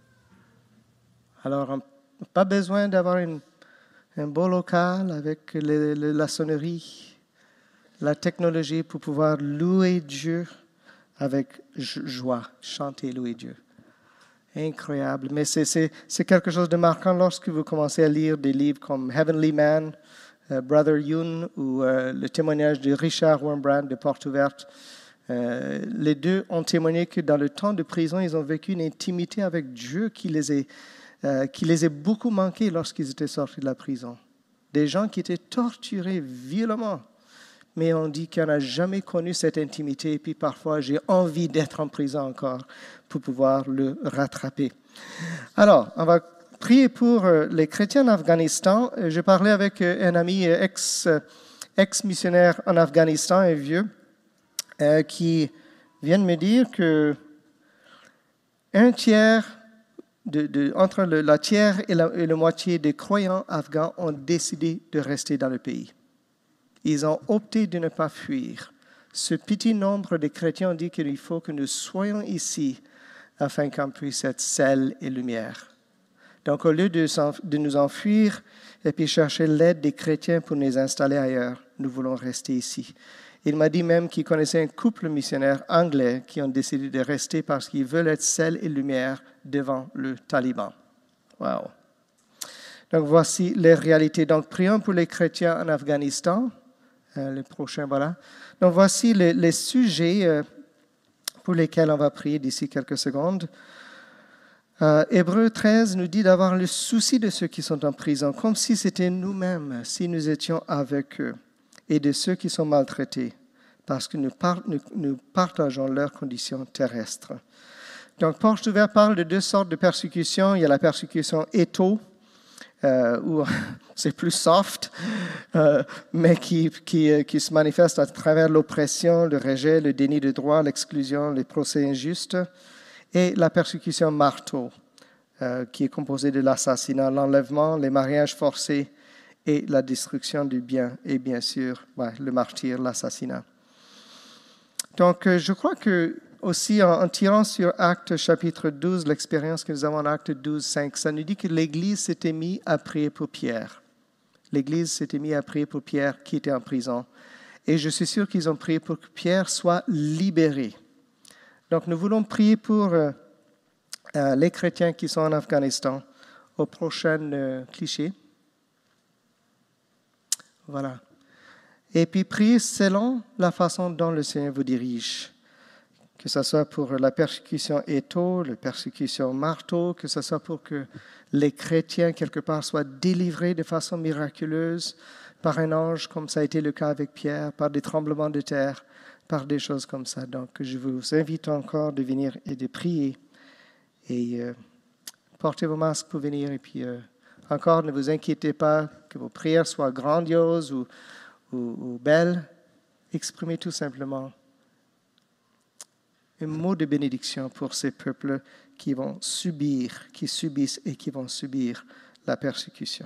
Alors, on- pas besoin d'avoir une, un beau local avec le- le- la sonnerie, la technologie pour pouvoir louer Dieu avec jo- joie, chanter, louer Dieu. Incroyable. Mais c'est, c'est, c'est quelque chose de marquant lorsque vous commencez à lire des livres comme Heavenly Man, euh, Brother Yoon ou euh, le témoignage de Richard Wurmbrand de Porte Ouverte. Euh, les deux ont témoigné que dans le temps de prison, ils ont vécu une intimité avec Dieu qui les a, euh, qui les a beaucoup manqué lorsqu'ils étaient sortis de la prison. Des gens qui étaient torturés violemment, mais on dit qu'on n'a jamais connu cette intimité. Et puis parfois, j'ai envie d'être en prison encore pour pouvoir le rattraper. Alors, on va prier pour euh, les chrétiens en Afghanistan. Euh, Je parlais avec euh, un ami euh, ex, euh, ex-missionnaire en Afghanistan, un vieux, euh, qui vient de me dire que un tiers, de, de, entre le, la tiers et la, et la moitié des croyants afghans ont décidé de rester dans le pays. Ils ont opté de ne pas fuir. Ce petit nombre de chrétiens dit qu'il faut que nous soyons ici afin qu'on puisse être sel et lumière. Donc, au lieu de, de nous enfuir et puis chercher l'aide des chrétiens pour nous installer ailleurs, nous voulons rester ici. Il m'a dit même qu'il connaissait un couple missionnaire anglais qui ont décidé de rester parce qu'ils veulent être sel et lumière devant le Taliban. Wow. Donc, voici les réalités. Donc, prions pour les chrétiens en Afghanistan. Euh, le prochain, voilà. Donc, voici les, les sujets euh, pour lesquels on va prier d'ici quelques secondes. Euh, Hébreux treize nous dit d'avoir le souci de ceux qui sont en prison, comme si c'était nous-mêmes, si nous étions avec eux, et de ceux qui sont maltraités, parce que nous, par, nous, nous partageons leurs conditions terrestres. Donc, Porte Ouverte parle de deux sortes de persécutions. Il y a la persécution étho, Euh, où c'est plus soft, euh, mais qui, qui, qui se manifeste à travers l'oppression, le rejet, le déni de droit, l'exclusion, les procès injustes, et la persécution marteau, euh, qui est composée de l'assassinat, l'enlèvement, les mariages forcés et la destruction du bien, et bien sûr, ouais, le martyre, l'assassinat. Donc, euh, je crois que aussi, en, en tirant sur Actes chapitre douze, l'expérience que nous avons en Actes douze, cinq, ça nous dit que l'Église s'était mise à prier pour Pierre. L'Église s'était mise à prier pour Pierre qui était en prison. Et je suis sûr qu'ils ont prié pour que Pierre soit libéré. Donc, nous voulons prier pour euh, euh, les chrétiens qui sont en Afghanistan. Au prochain euh, cliché. Voilà. Et puis, priez selon la façon dont le Seigneur vous dirige. Que ce soit pour la persécution étho, la persécution marteau, que ce soit pour que les chrétiens, quelque part, soient délivrés de façon miraculeuse par un ange, comme ça a été le cas avec Pierre, par des tremblements de terre, par des choses comme ça. Donc, je vous invite encore de venir et de prier. Et euh, portez vos masques pour venir. Et puis, euh, encore, ne vous inquiétez pas que vos prières soient grandioses ou, ou, ou belles. Exprimez tout simplement un mot de bénédiction pour ces peuples qui vont subir, qui subissent et qui vont subir la persécution.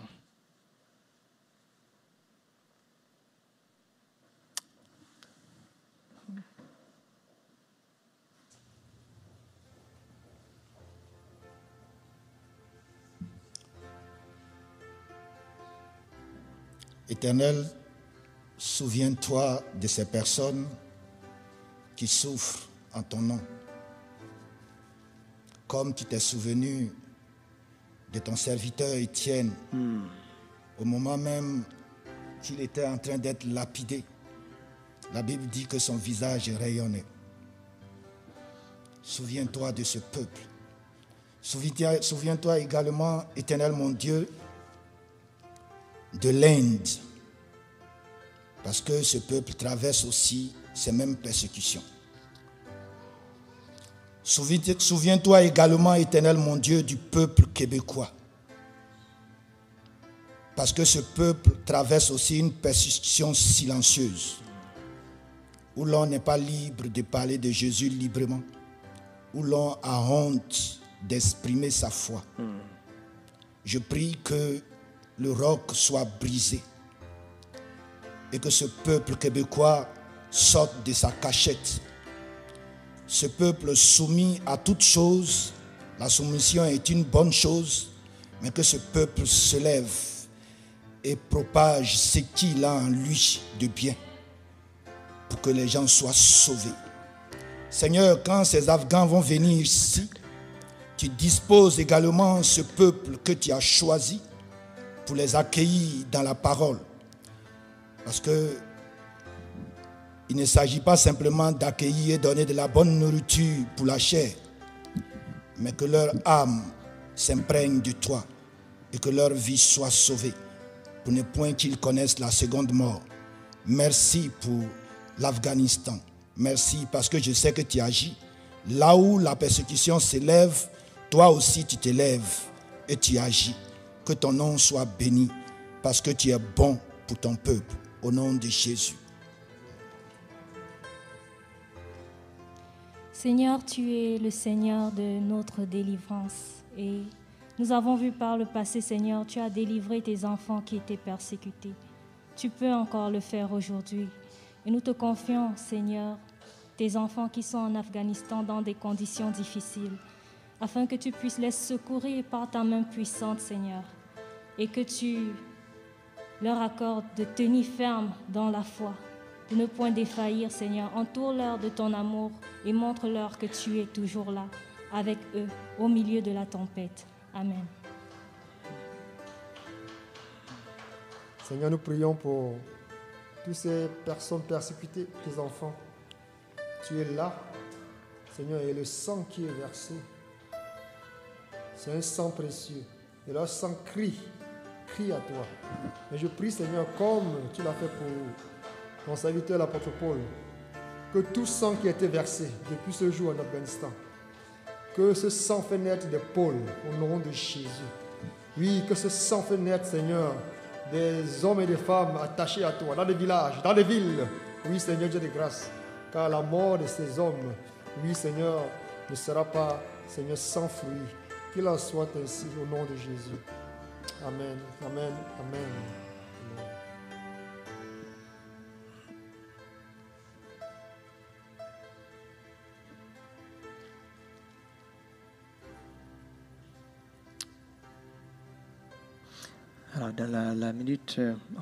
Éternel, souviens-toi de ces personnes qui souffrent en ton nom, comme tu t'es souvenu de ton serviteur Étienne, mm. au moment même qu'il était en train d'être lapidé. La Bible dit que son visage rayonnait. Souviens-toi de ce peuple. Souviens-toi, souviens-toi également, Éternel mon Dieu, de l'Inde, parce que ce peuple traverse aussi ces mêmes persécutions. Souviens-toi également, Éternel mon Dieu, du peuple québécois, parce que ce peuple traverse aussi une persécution silencieuse, où l'on n'est pas libre de parler de Jésus librement, où l'on a honte d'exprimer sa foi. Mm. Je prie que le roc soit brisé et que ce peuple québécois sorte de sa cachette. Ce peuple soumis à toutes choses, la soumission est une bonne chose, mais que ce peuple se lève et propage ce qu'il a en lui de bien pour que les gens soient sauvés. Seigneur, quand ces Afghans vont venir ici, tu disposes également ce peuple que tu as choisi pour les accueillir dans la parole. Parce que il ne s'agit pas simplement d'accueillir et donner de la bonne nourriture pour la chair, mais que leur âme s'imprègne de toi et que leur vie soit sauvée, pour ne point qu'ils connaissent la seconde mort. Merci pour l'Afghanistan. Merci parce que je sais que tu agis. Là où la persécution s'élève, toi aussi tu t'élèves et tu agis. Que ton nom soit béni parce que tu es bon pour ton peuple. Au nom de Jésus. Seigneur, tu es le Seigneur de notre délivrance. Et nous avons vu par le passé, Seigneur, tu as délivré tes enfants qui étaient persécutés. Tu peux encore le faire aujourd'hui. Et nous te confions, Seigneur, tes enfants qui sont en Afghanistan dans des conditions difficiles, afin que tu puisses les secourir par ta main puissante, Seigneur, et que tu leur accordes de tenir ferme dans la foi, de ne point défaillir, Seigneur. Entoure-leur de ton amour et montre-leur que tu es toujours là, avec eux, au milieu de la tempête. Amen. Seigneur, nous prions pour toutes ces personnes persécutées, tes enfants. Tu es là, Seigneur, et le sang qui est versé, c'est un sang précieux. Et leur sang crie, crie à toi. Mais je prie, Seigneur, comme tu l'as fait pour ton serviteur, l'apôtre Paul, que tout sang qui a été versé depuis ce jour en Afghanistan, que ce sang fait naître des Paul au nom de Jésus. Oui, que ce sang fait naître, Seigneur, des hommes et des femmes attachés à toi, dans les villages, dans les villes. Oui, Seigneur, Dieu de grâce, car la mort de ces hommes, oui, Seigneur, ne sera pas, Seigneur, sans fruit. Qu'il en soit ainsi au nom de Jésus. Amen, amen, amen. Alors, dans la, la minute... Euh, oh.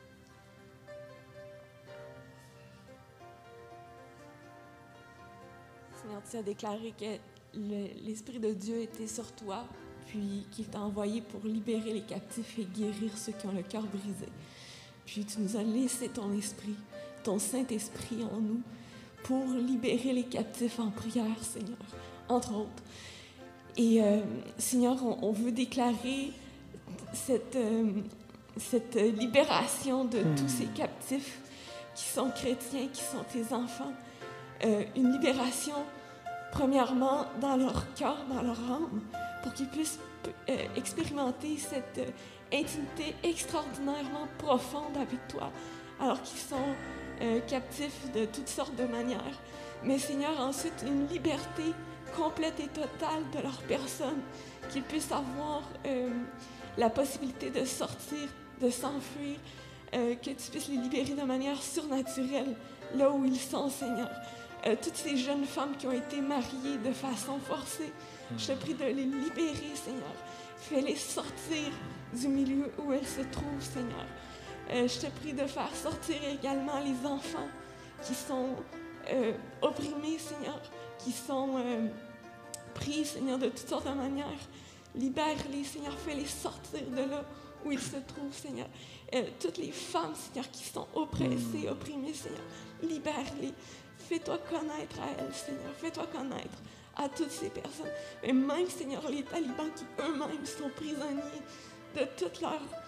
Seigneur, tu as déclaré que le, l'Esprit de Dieu était sur toi, puis qu'il t'a envoyé pour libérer les captifs et guérir ceux qui ont le cœur brisé. Puis tu nous as laissé ton Esprit, ton Saint-Esprit en nous, pour libérer les captifs en prière, Seigneur, entre autres. Et euh, Seigneur, on, on veut déclarer cette, euh, cette libération de mmh. tous ces captifs qui sont chrétiens, qui sont tes enfants. Euh, une libération, premièrement, dans leur cœur, dans leur âme, pour qu'ils puissent euh, expérimenter cette euh, intimité extraordinairement profonde avec toi, alors qu'ils sont euh, captifs de toutes sortes de manières. Mais Seigneur, ensuite, une liberté complète et totale de leur personne, qu'ils puissent avoir euh, la possibilité de sortir, de s'enfuir, euh, que tu puisses les libérer de manière surnaturelle, là où ils sont, Seigneur. Euh, toutes ces jeunes femmes qui ont été mariées de façon forcée, je te prie de les libérer, Seigneur. Fais-les sortir du milieu où elles se trouvent, Seigneur. Euh, je te prie de faire sortir également les enfants qui sont euh, opprimés, Seigneur, qui sont euh, pris, Seigneur, de toutes sortes de manières. Libère-les, Seigneur. Fais-les sortir de là où ils se trouvent, Seigneur. Euh, toutes les femmes, Seigneur, qui sont oppressées, opprimées, Seigneur, libère-les. Fais-toi connaître à elles, Seigneur. Fais-toi connaître à toutes ces personnes. Mais même, Seigneur, les talibans qui eux-mêmes sont prisonniers de toute leur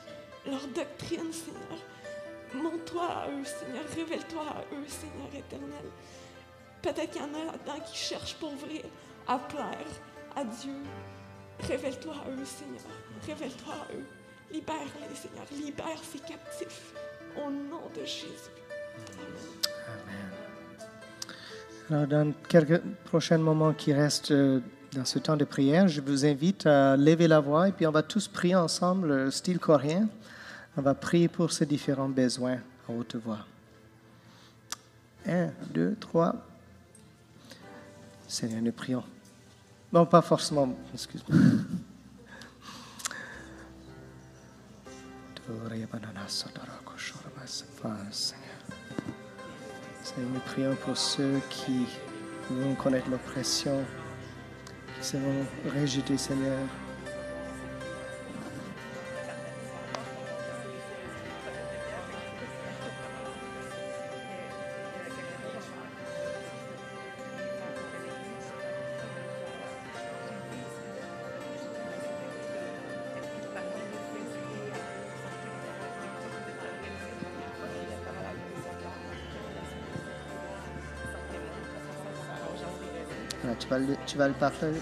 leur doctrine, Seigneur. Montre-toi à eux, Seigneur. Révèle-toi à eux, Seigneur éternel. Peut-être qu'il y en a là-dedans qui cherchent pour vrai à plaire à Dieu. Révèle-toi à eux, Seigneur. Révèle-toi à eux. Libère-les, Seigneur. Libère ces captifs. Au nom de Jésus. Amen. Alors, dans quelques prochains moments qui restent dans ce temps de prière, je vous invite à lever la voix et puis on va tous prier ensemble, style coréen. On va prier pour ces différents besoins à haute voix. Un, deux, trois. Seigneur, nous prions. Non, pas forcément, excuse-moi. Seigneur, nous prions pour ceux qui vont connaître l'oppression, qui seront rejetés, Seigneur. Tu vas le, tu vas le partager.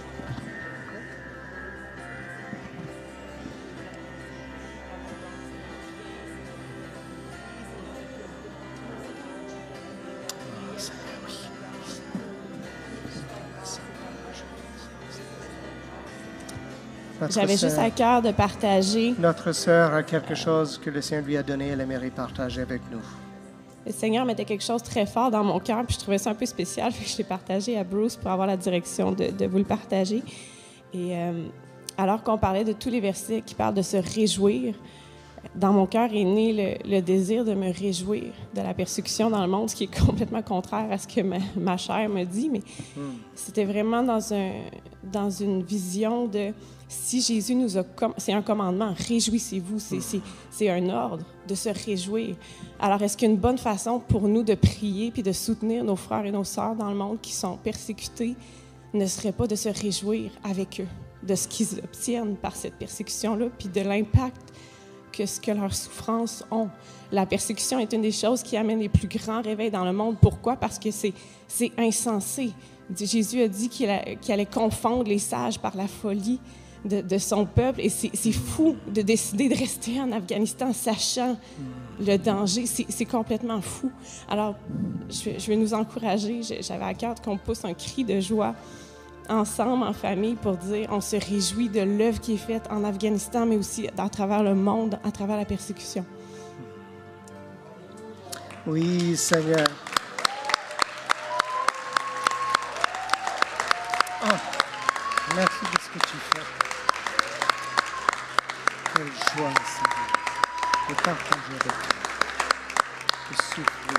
J'avais juste à cœur de partager. Notre sœur a quelque chose que le Seigneur lui a donné, elle aimerait partager avec nous. Le Seigneur mettait quelque chose de très fort dans mon cœur, puis je trouvais ça un peu spécial, puis je l'ai partagé à Bruce pour avoir la direction de, de vous le partager. Et euh, alors qu'on parlait de tous les versets qui parlent de se réjouir, dans mon cœur est né le, le désir de me réjouir de la persécution dans le monde, ce qui est complètement contraire à ce que ma, ma chair me dit, mais mm. c'était vraiment dans, un, dans une vision de si Jésus nous a... Com- c'est un commandement, réjouissez-vous, c'est, c'est, c'est un ordre de se réjouir. Alors, est-ce qu'une bonne façon pour nous de prier puis de soutenir nos frères et nos sœurs dans le monde qui sont persécutés ne serait pas de se réjouir avec eux de ce qu'ils obtiennent par cette persécution-là puis de l'impact que ce que leurs souffrances ont. La persécution est une des choses qui amène les plus grands réveils dans le monde. Pourquoi? Parce que c'est, c'est insensé. Jésus a dit qu'il, a, qu'il allait confondre les sages par la folie de, de son peuple. Et c'est, c'est fou de décider de rester en Afghanistan sachant le danger. C'est, c'est complètement fou. Alors, je, je vais nous encourager. J'avais à cœur qu'on pousse un cri de joie ensemble, en famille, pour dire on se réjouit de l'œuvre qui est faite en Afghanistan, mais aussi à travers le monde, à travers la persécution. Oui, Seigneur. Oh, merci de ce que tu fais. Quelle joie, Seigneur, de partager avec toi, de souffler.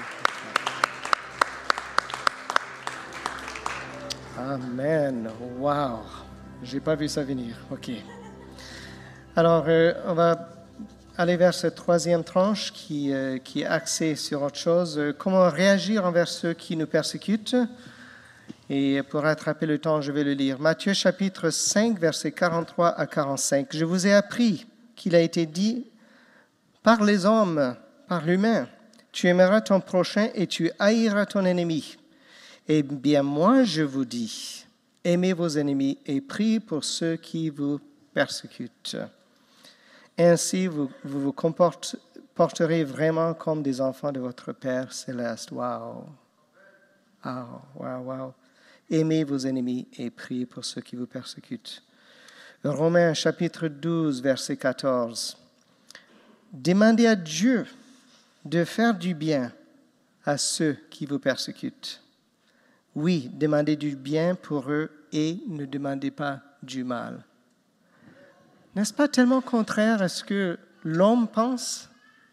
Amen. Wow. J'ai pas vu ça venir. OK. Alors, euh, on va aller vers cette troisième tranche qui, euh, qui est axée sur autre chose. Euh, comment réagir envers ceux qui nous persécutent. Et pour rattraper le temps, je vais le lire. Matthieu chapitre cinq, versets quarante-trois à quarante-cinq. Je vous ai appris qu'il a été dit par les hommes, par l'humain, tu aimeras ton prochain et tu haïras ton ennemi. Eh bien, moi, je vous dis, aimez vos ennemis et priez pour ceux qui vous persécutent. Ainsi, vous vous, vous comporterez vraiment comme des enfants de votre Père céleste. Wow! Wow, wow, wow! Aimez vos ennemis et priez pour ceux qui vous persécutent. Romains chapitre douze, verset quatorze. Demandez à Dieu de faire du bien à ceux qui vous persécutent. Oui, demandez du bien pour eux et ne demandez pas du mal. N'est-ce pas tellement contraire à ce que l'homme pense?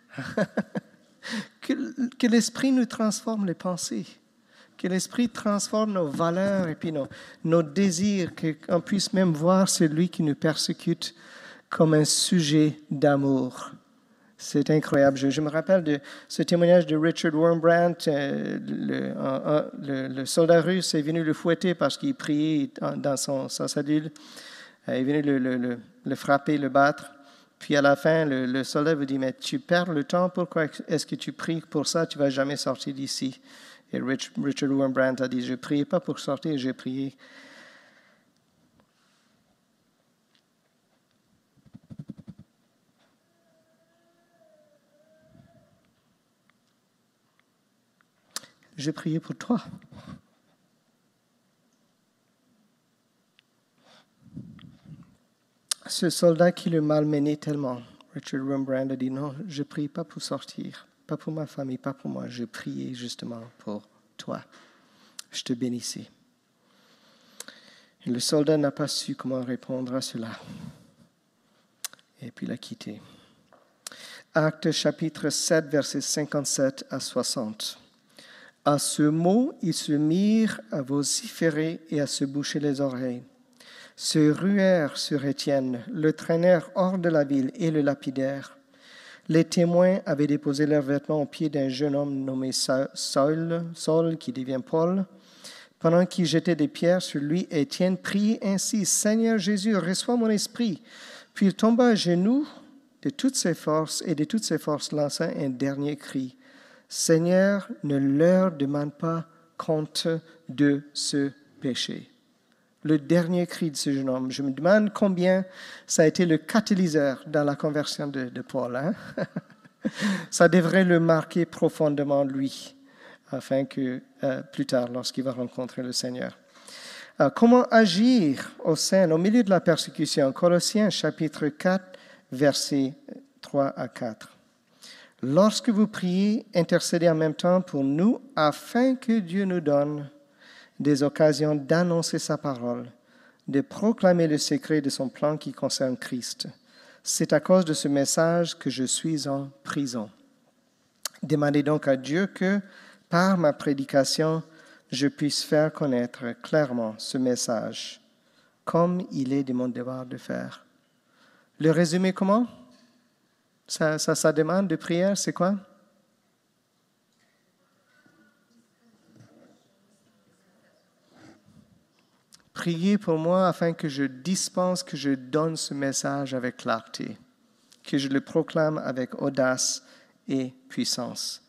que, que l'Esprit nous transforme les pensées, que l'Esprit transforme nos valeurs et puis nos, nos désirs, qu'on puisse même voir celui qui nous persécute comme un sujet d'amour. C'est incroyable. Je, je me rappelle de ce témoignage de Richard Wurmbrand. Euh, le, un, un, le, le soldat russe est venu le fouetter parce qu'il priait dans son, sa cellule. Euh, il est venu le, le, le, le frapper, le battre. Puis à la fin, le, le soldat vous dit, mais tu perds le temps, pourquoi est-ce que tu pries pour ça, tu ne vas jamais sortir d'ici? Et Rich, Richard Wurmbrand a dit, je ne priais pas pour sortir, j'ai prié. Je priais pour toi. Ce soldat qui le malmenait tellement, Richard Wurmbrand a dit, non, je ne prie pas pour sortir, pas pour ma famille, pas pour moi, je priais justement pour toi. Je te bénissais. Et le soldat n'a pas su comment répondre à cela. Et puis il a quitté. Actes chapitre sept, versets cinquante-sept à soixante. À ce mot, ils se mirent à vociférer et à se boucher les oreilles. Se ruèrent sur Étienne, le traînèrent hors de la ville et le lapidèrent. Les témoins avaient déposé leurs vêtements aux pieds d'un jeune homme nommé Saul, Saul qui devient Paul. Pendant qu'ils jetaient des pierres sur lui, Étienne priait ainsi, « Seigneur Jésus, reçois mon esprit. » Puis il tomba à genoux de toutes ses forces et de toutes ses forces lança un dernier cri. « Seigneur, ne leur demande pas compte de ce péché. » Le dernier cri de ce jeune homme. Je me demande combien ça a été le catalyseur dans la conversion de, de Paul. Hein? Ça devrait le marquer profondément, lui, afin que euh, plus tard, lorsqu'il va rencontrer le Seigneur. Euh, comment agir au sein, au milieu de la persécution? Colossiens chapitre quatre, versets trois à quatre. Lorsque vous priez, intercédez en même temps pour nous, afin que Dieu nous donne des occasions d'annoncer sa parole, de proclamer le secret de son plan qui concerne Christ. C'est à cause de ce message que je suis en prison. Demandez donc à Dieu que, par ma prédication, je puisse faire connaître clairement ce message, comme il est de mon devoir de faire. Le résumé comment? Ça, ça, ça demande de prière, c'est quoi? Priez pour moi afin que je dispense, que je donne ce message avec clarté, que je le proclame avec audace et puissance.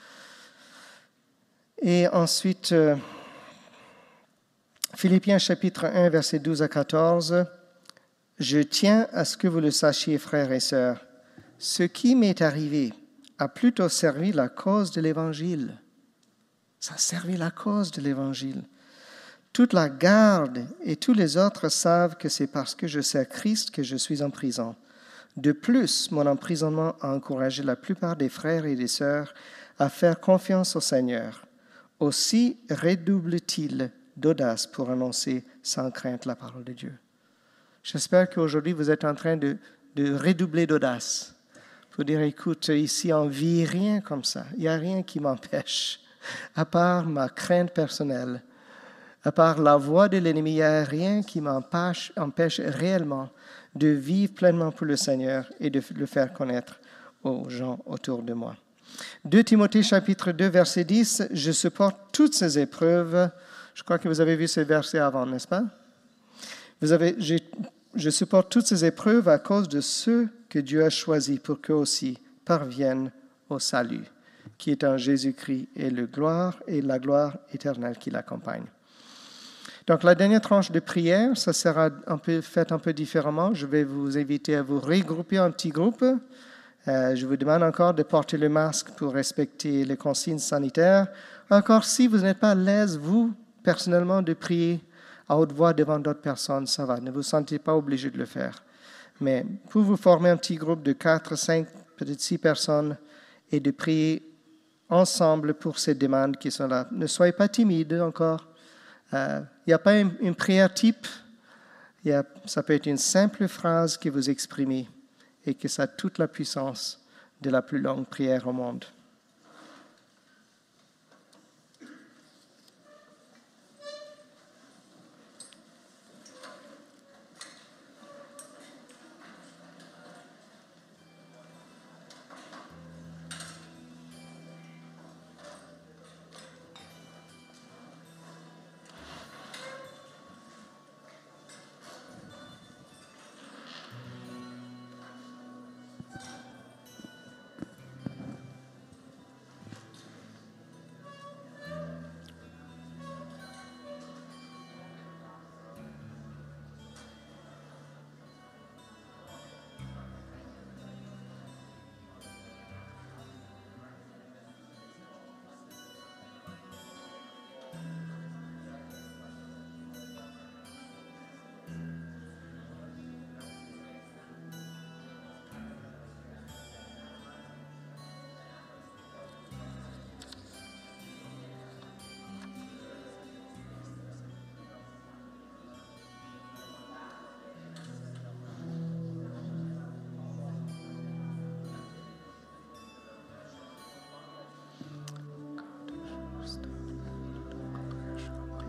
Et ensuite, euh, Philippiens chapitre un, versets douze à quatorze. « Je tiens à ce que vous le sachiez, frères et sœurs, ce qui m'est arrivé a plutôt servi la cause de l'Évangile. » Ça a servi la cause de l'Évangile. Toute la garde et tous les autres savent que c'est parce que je sers Christ que je suis en prison. De plus, mon emprisonnement a encouragé la plupart des frères et des sœurs à faire confiance au Seigneur. Aussi redouble-t-il d'audace pour annoncer sans crainte la parole de Dieu. J'espère qu'aujourd'hui vous êtes en train de, de redoubler d'audace pour dire, écoute, ici on ne vit rien comme ça. Il n'y a rien qui m'empêche, à part ma crainte personnelle. À part la voix de l'ennemi, il n'y a rien qui m'empêche empêche réellement de vivre pleinement pour le Seigneur et de le faire connaître aux gens autour de moi. deux Timothée chapitre deux, verset dix, « Je supporte toutes ces épreuves. » Je crois que vous avez vu ces versets avant, n'est-ce pas? Vous avez, je, je supporte toutes ces épreuves à cause de ceux que Dieu a choisis pour qu'eux aussi parviennent au salut, qui est en Jésus-Christ et le gloire et la gloire éternelle qui l'accompagne. Donc, la dernière tranche de prière, ça sera un peu, fait un peu différemment. Je vais vous inviter à vous regrouper en petits groupes. Euh, je vous demande encore de porter le masque pour respecter les consignes sanitaires. Encore, si vous n'êtes pas à l'aise, vous, personnellement, de prier à haute voix devant d'autres personnes, ça va. Ne vous sentez pas obligé de le faire. Mais pour vous former un petit groupe de quatre, cinq, peut-être six personnes et de prier ensemble pour ces demandes qui sont là. Ne soyez pas timides encore. Il euh, n'y a pas une, une prière type. Y a, ça peut être une simple phrase que vous exprimez et que ça a toute la puissance de la plus longue prière au monde.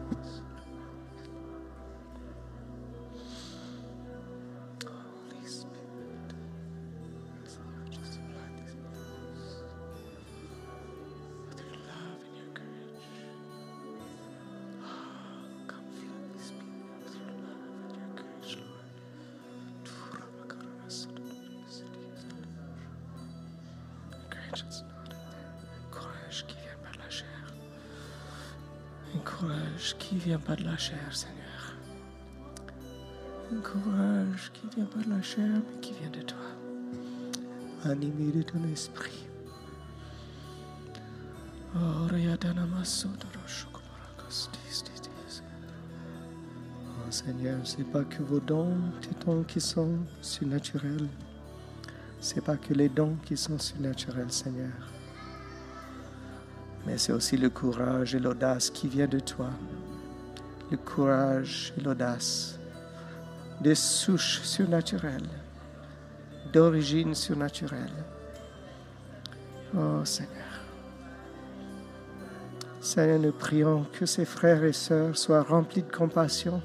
Courage qui vient pas de la chair. Un courage qui vient pas de la chair, Seigneur. Un courage qui vient pas de la chair, mais qui vient de toi. Animé de ton esprit. Oh, Seigneur, c'est pas que vos dons, tes dons qui sont surnaturels. C'est pas que les dons qui sont surnaturels, Seigneur. Mais c'est aussi le courage et l'audace qui vient de toi. Le courage et l'audace des souches surnaturelles, d'origine surnaturelle. Oh Seigneur. Seigneur, nous prions que ces frères et sœurs soient remplis de compassion,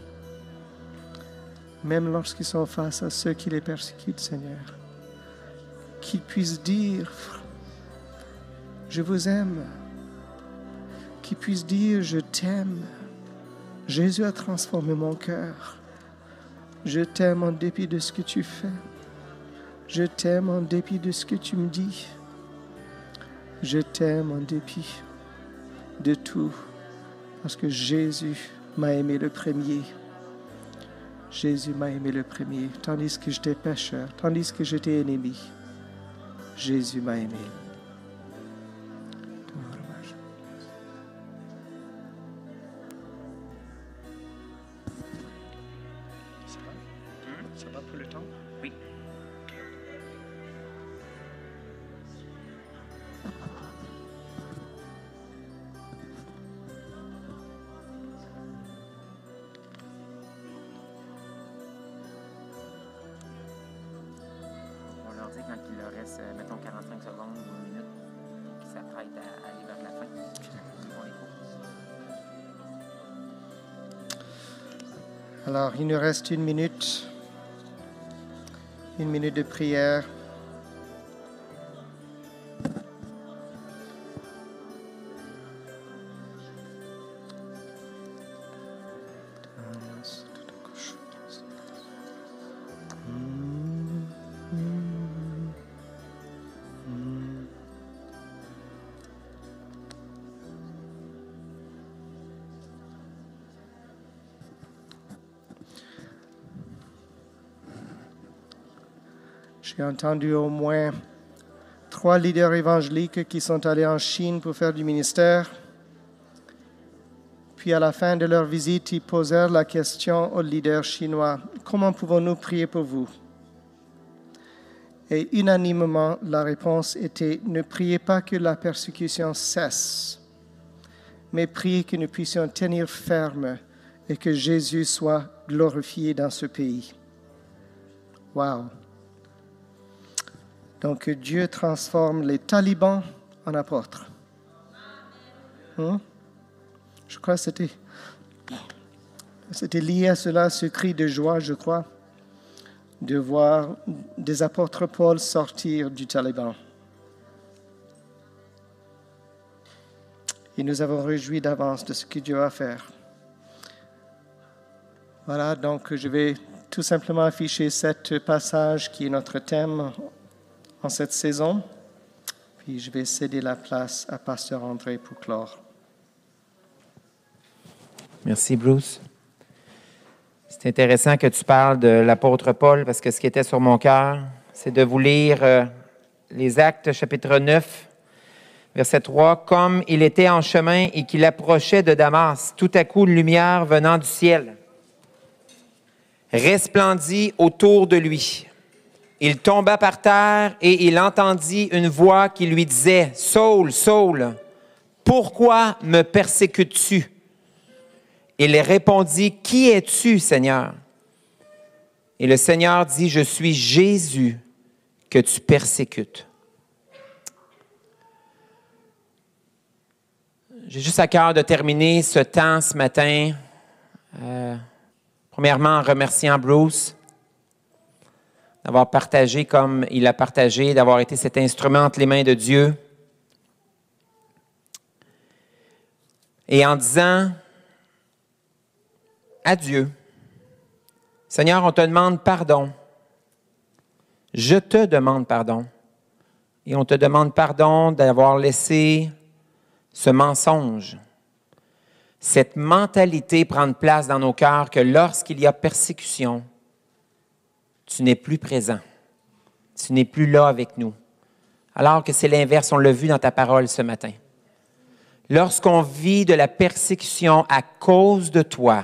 même lorsqu'ils sont face à ceux qui les persécutent, Seigneur. Qu'ils puissent dire, je vous aime. Qu'ils puissent dire, je t'aime. Jésus a transformé mon cœur. Je t'aime en dépit de ce que tu fais. Je t'aime en dépit de ce que tu me dis. Je t'aime en dépit de tout, parce que Jésus m'a aimé le premier. Jésus m'a aimé le premier, tandis que j'étais pécheur, tandis que j'étais ennemi. Jésus m'a aimé. Ça va? Ça va pour le temps? Oui. On leur dit quand il leur reste, mettons, quarante-cinq secondes ou une minute, qu'ils s'apprêtent à aller vers la fin. Ils vont écouter. Alors, il nous reste une minute. Une minute de prière. J'ai entendu au moins trois leaders évangéliques qui sont allés en Chine pour faire du ministère. Puis à la fin de leur visite, ils posèrent la question aux leaders chinois, « Comment pouvons-nous prier pour vous ?» Et unanimement, la réponse était, « Ne priez pas que la persécution cesse, mais priez que nous puissions tenir ferme et que Jésus soit glorifié dans ce pays. » Wow! Donc, que Dieu transforme les talibans en apôtres. Hein? Je crois que c'était, c'était lié à cela, ce cri de joie, je crois, de voir des apôtres Paul sortir du Taliban. Et nous avons réjoui d'avance de ce que Dieu va faire. Voilà, donc je vais tout simplement afficher ce passage qui est notre thème en cette saison, puis je vais céder la place à Pasteur André pour clore. Merci, Bruce. C'est intéressant que tu parles de l'apôtre Paul, parce que ce qui était sur mon cœur, c'est de vous lire euh, les Actes, chapitre neuf, verset trois. « Comme il était en chemin et qu'il approchait de Damas, tout à coup une lumière venant du ciel resplendit autour de lui. Il tomba par terre et il entendit une voix qui lui disait, « Saul, Saul, pourquoi me persécutes-tu? » Il répondit, « Qui es-tu, Seigneur? » Et le Seigneur dit, « Je suis Jésus que tu persécutes. » j'ai juste à cœur de terminer ce temps ce matin, euh, premièrement en remerciant Bruce d'avoir partagé comme il a partagé, d'avoir été cet instrument entre les mains de Dieu. Et en disant à Dieu, Seigneur, on te demande pardon. Je te demande pardon. Et on te demande pardon d'avoir laissé ce mensonge, cette mentalité prendre place dans nos cœurs que lorsqu'il y a persécution, tu n'es plus présent. Tu n'es plus là avec nous. Alors que c'est l'inverse, on l'a vu dans ta parole ce matin. Lorsqu'on vit de la persécution à cause de toi,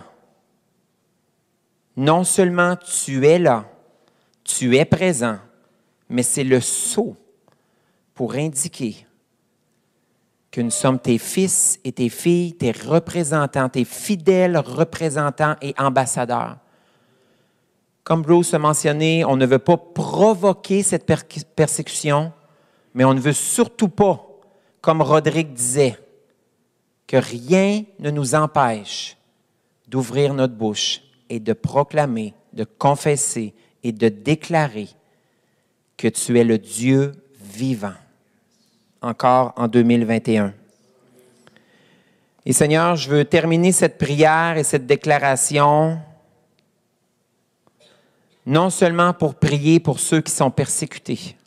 non seulement tu es là, tu es présent, mais c'est le sceau pour indiquer que nous sommes tes fils et tes filles, tes représentants, tes fidèles représentants et ambassadeurs. Comme Bruce a mentionné, on ne veut pas provoquer cette per- persécution, mais on ne veut surtout pas, comme Rodrigue disait, que rien ne nous empêche d'ouvrir notre bouche et de proclamer, de confesser et de déclarer que tu es le Dieu vivant, encore en deux mille vingt et un. Et Seigneur, je veux terminer cette prière et cette déclaration non seulement pour prier pour ceux qui sont persécutés,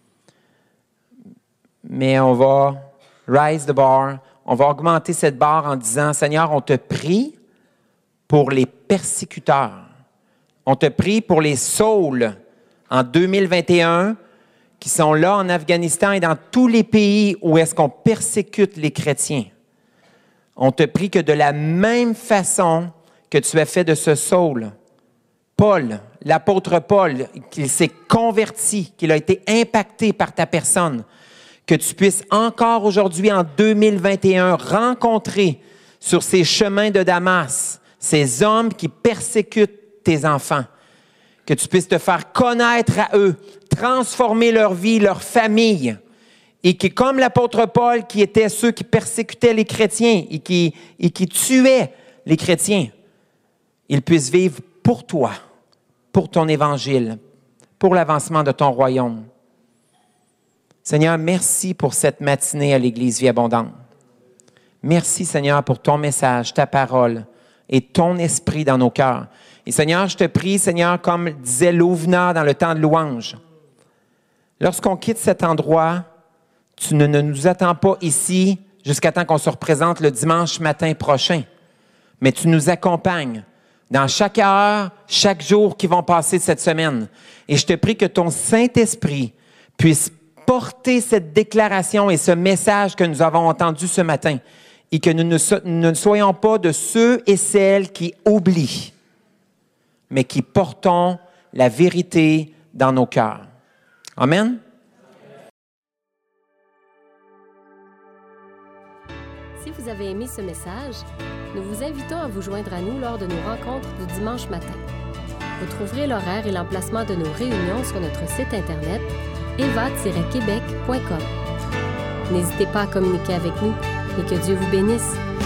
mais on va rise the bar, on va augmenter cette barre en disant, Seigneur, on te prie pour les persécuteurs. On te prie pour les Sauls en deux mille vingt et un qui sont là en Afghanistan et dans tous les pays où est-ce qu'on persécute les chrétiens. On te prie que de la même façon que tu as fait de ce Saul, Paul, l'apôtre Paul, qu'il s'est converti, qu'il a été impacté par ta personne, que tu puisses encore aujourd'hui, en deux mille vingt et un, rencontrer sur ces chemins de Damas ces hommes qui persécutent tes enfants, que tu puisses te faire connaître à eux, transformer leur vie, leur famille, et que comme l'apôtre Paul, qui était ceux qui persécutaient les chrétiens et qui, et qui tuaient les chrétiens, ils puissent vivre pour toi, pour ton évangile, pour l'avancement de ton royaume. Seigneur, merci pour cette matinée à l'Église Vie Abondante. Merci, Seigneur, pour ton message, ta parole et ton esprit dans nos cœurs. Et Seigneur, je te prie, Seigneur, comme disait Louvna dans le temps de louange, lorsqu'on quitte cet endroit, tu ne, ne nous attends pas ici jusqu'à temps qu'on se représente le dimanche matin prochain, mais tu nous accompagnes dans chaque heure, chaque jour qui vont passer cette semaine. Et je te prie que ton Saint-Esprit puisse porter cette déclaration et ce message que nous avons entendu ce matin et que nous ne, so- nous ne soyons pas de ceux et celles qui oublient, mais qui portons la vérité dans nos cœurs. Amen. Si vous avez aimé ce message, nous vous invitons à vous joindre à nous lors de nos rencontres du dimanche matin. Vous trouverez l'horaire et l'emplacement de nos réunions sur notre site Internet eva tiret québec point com. N'hésitez pas à communiquer avec nous et que Dieu vous bénisse.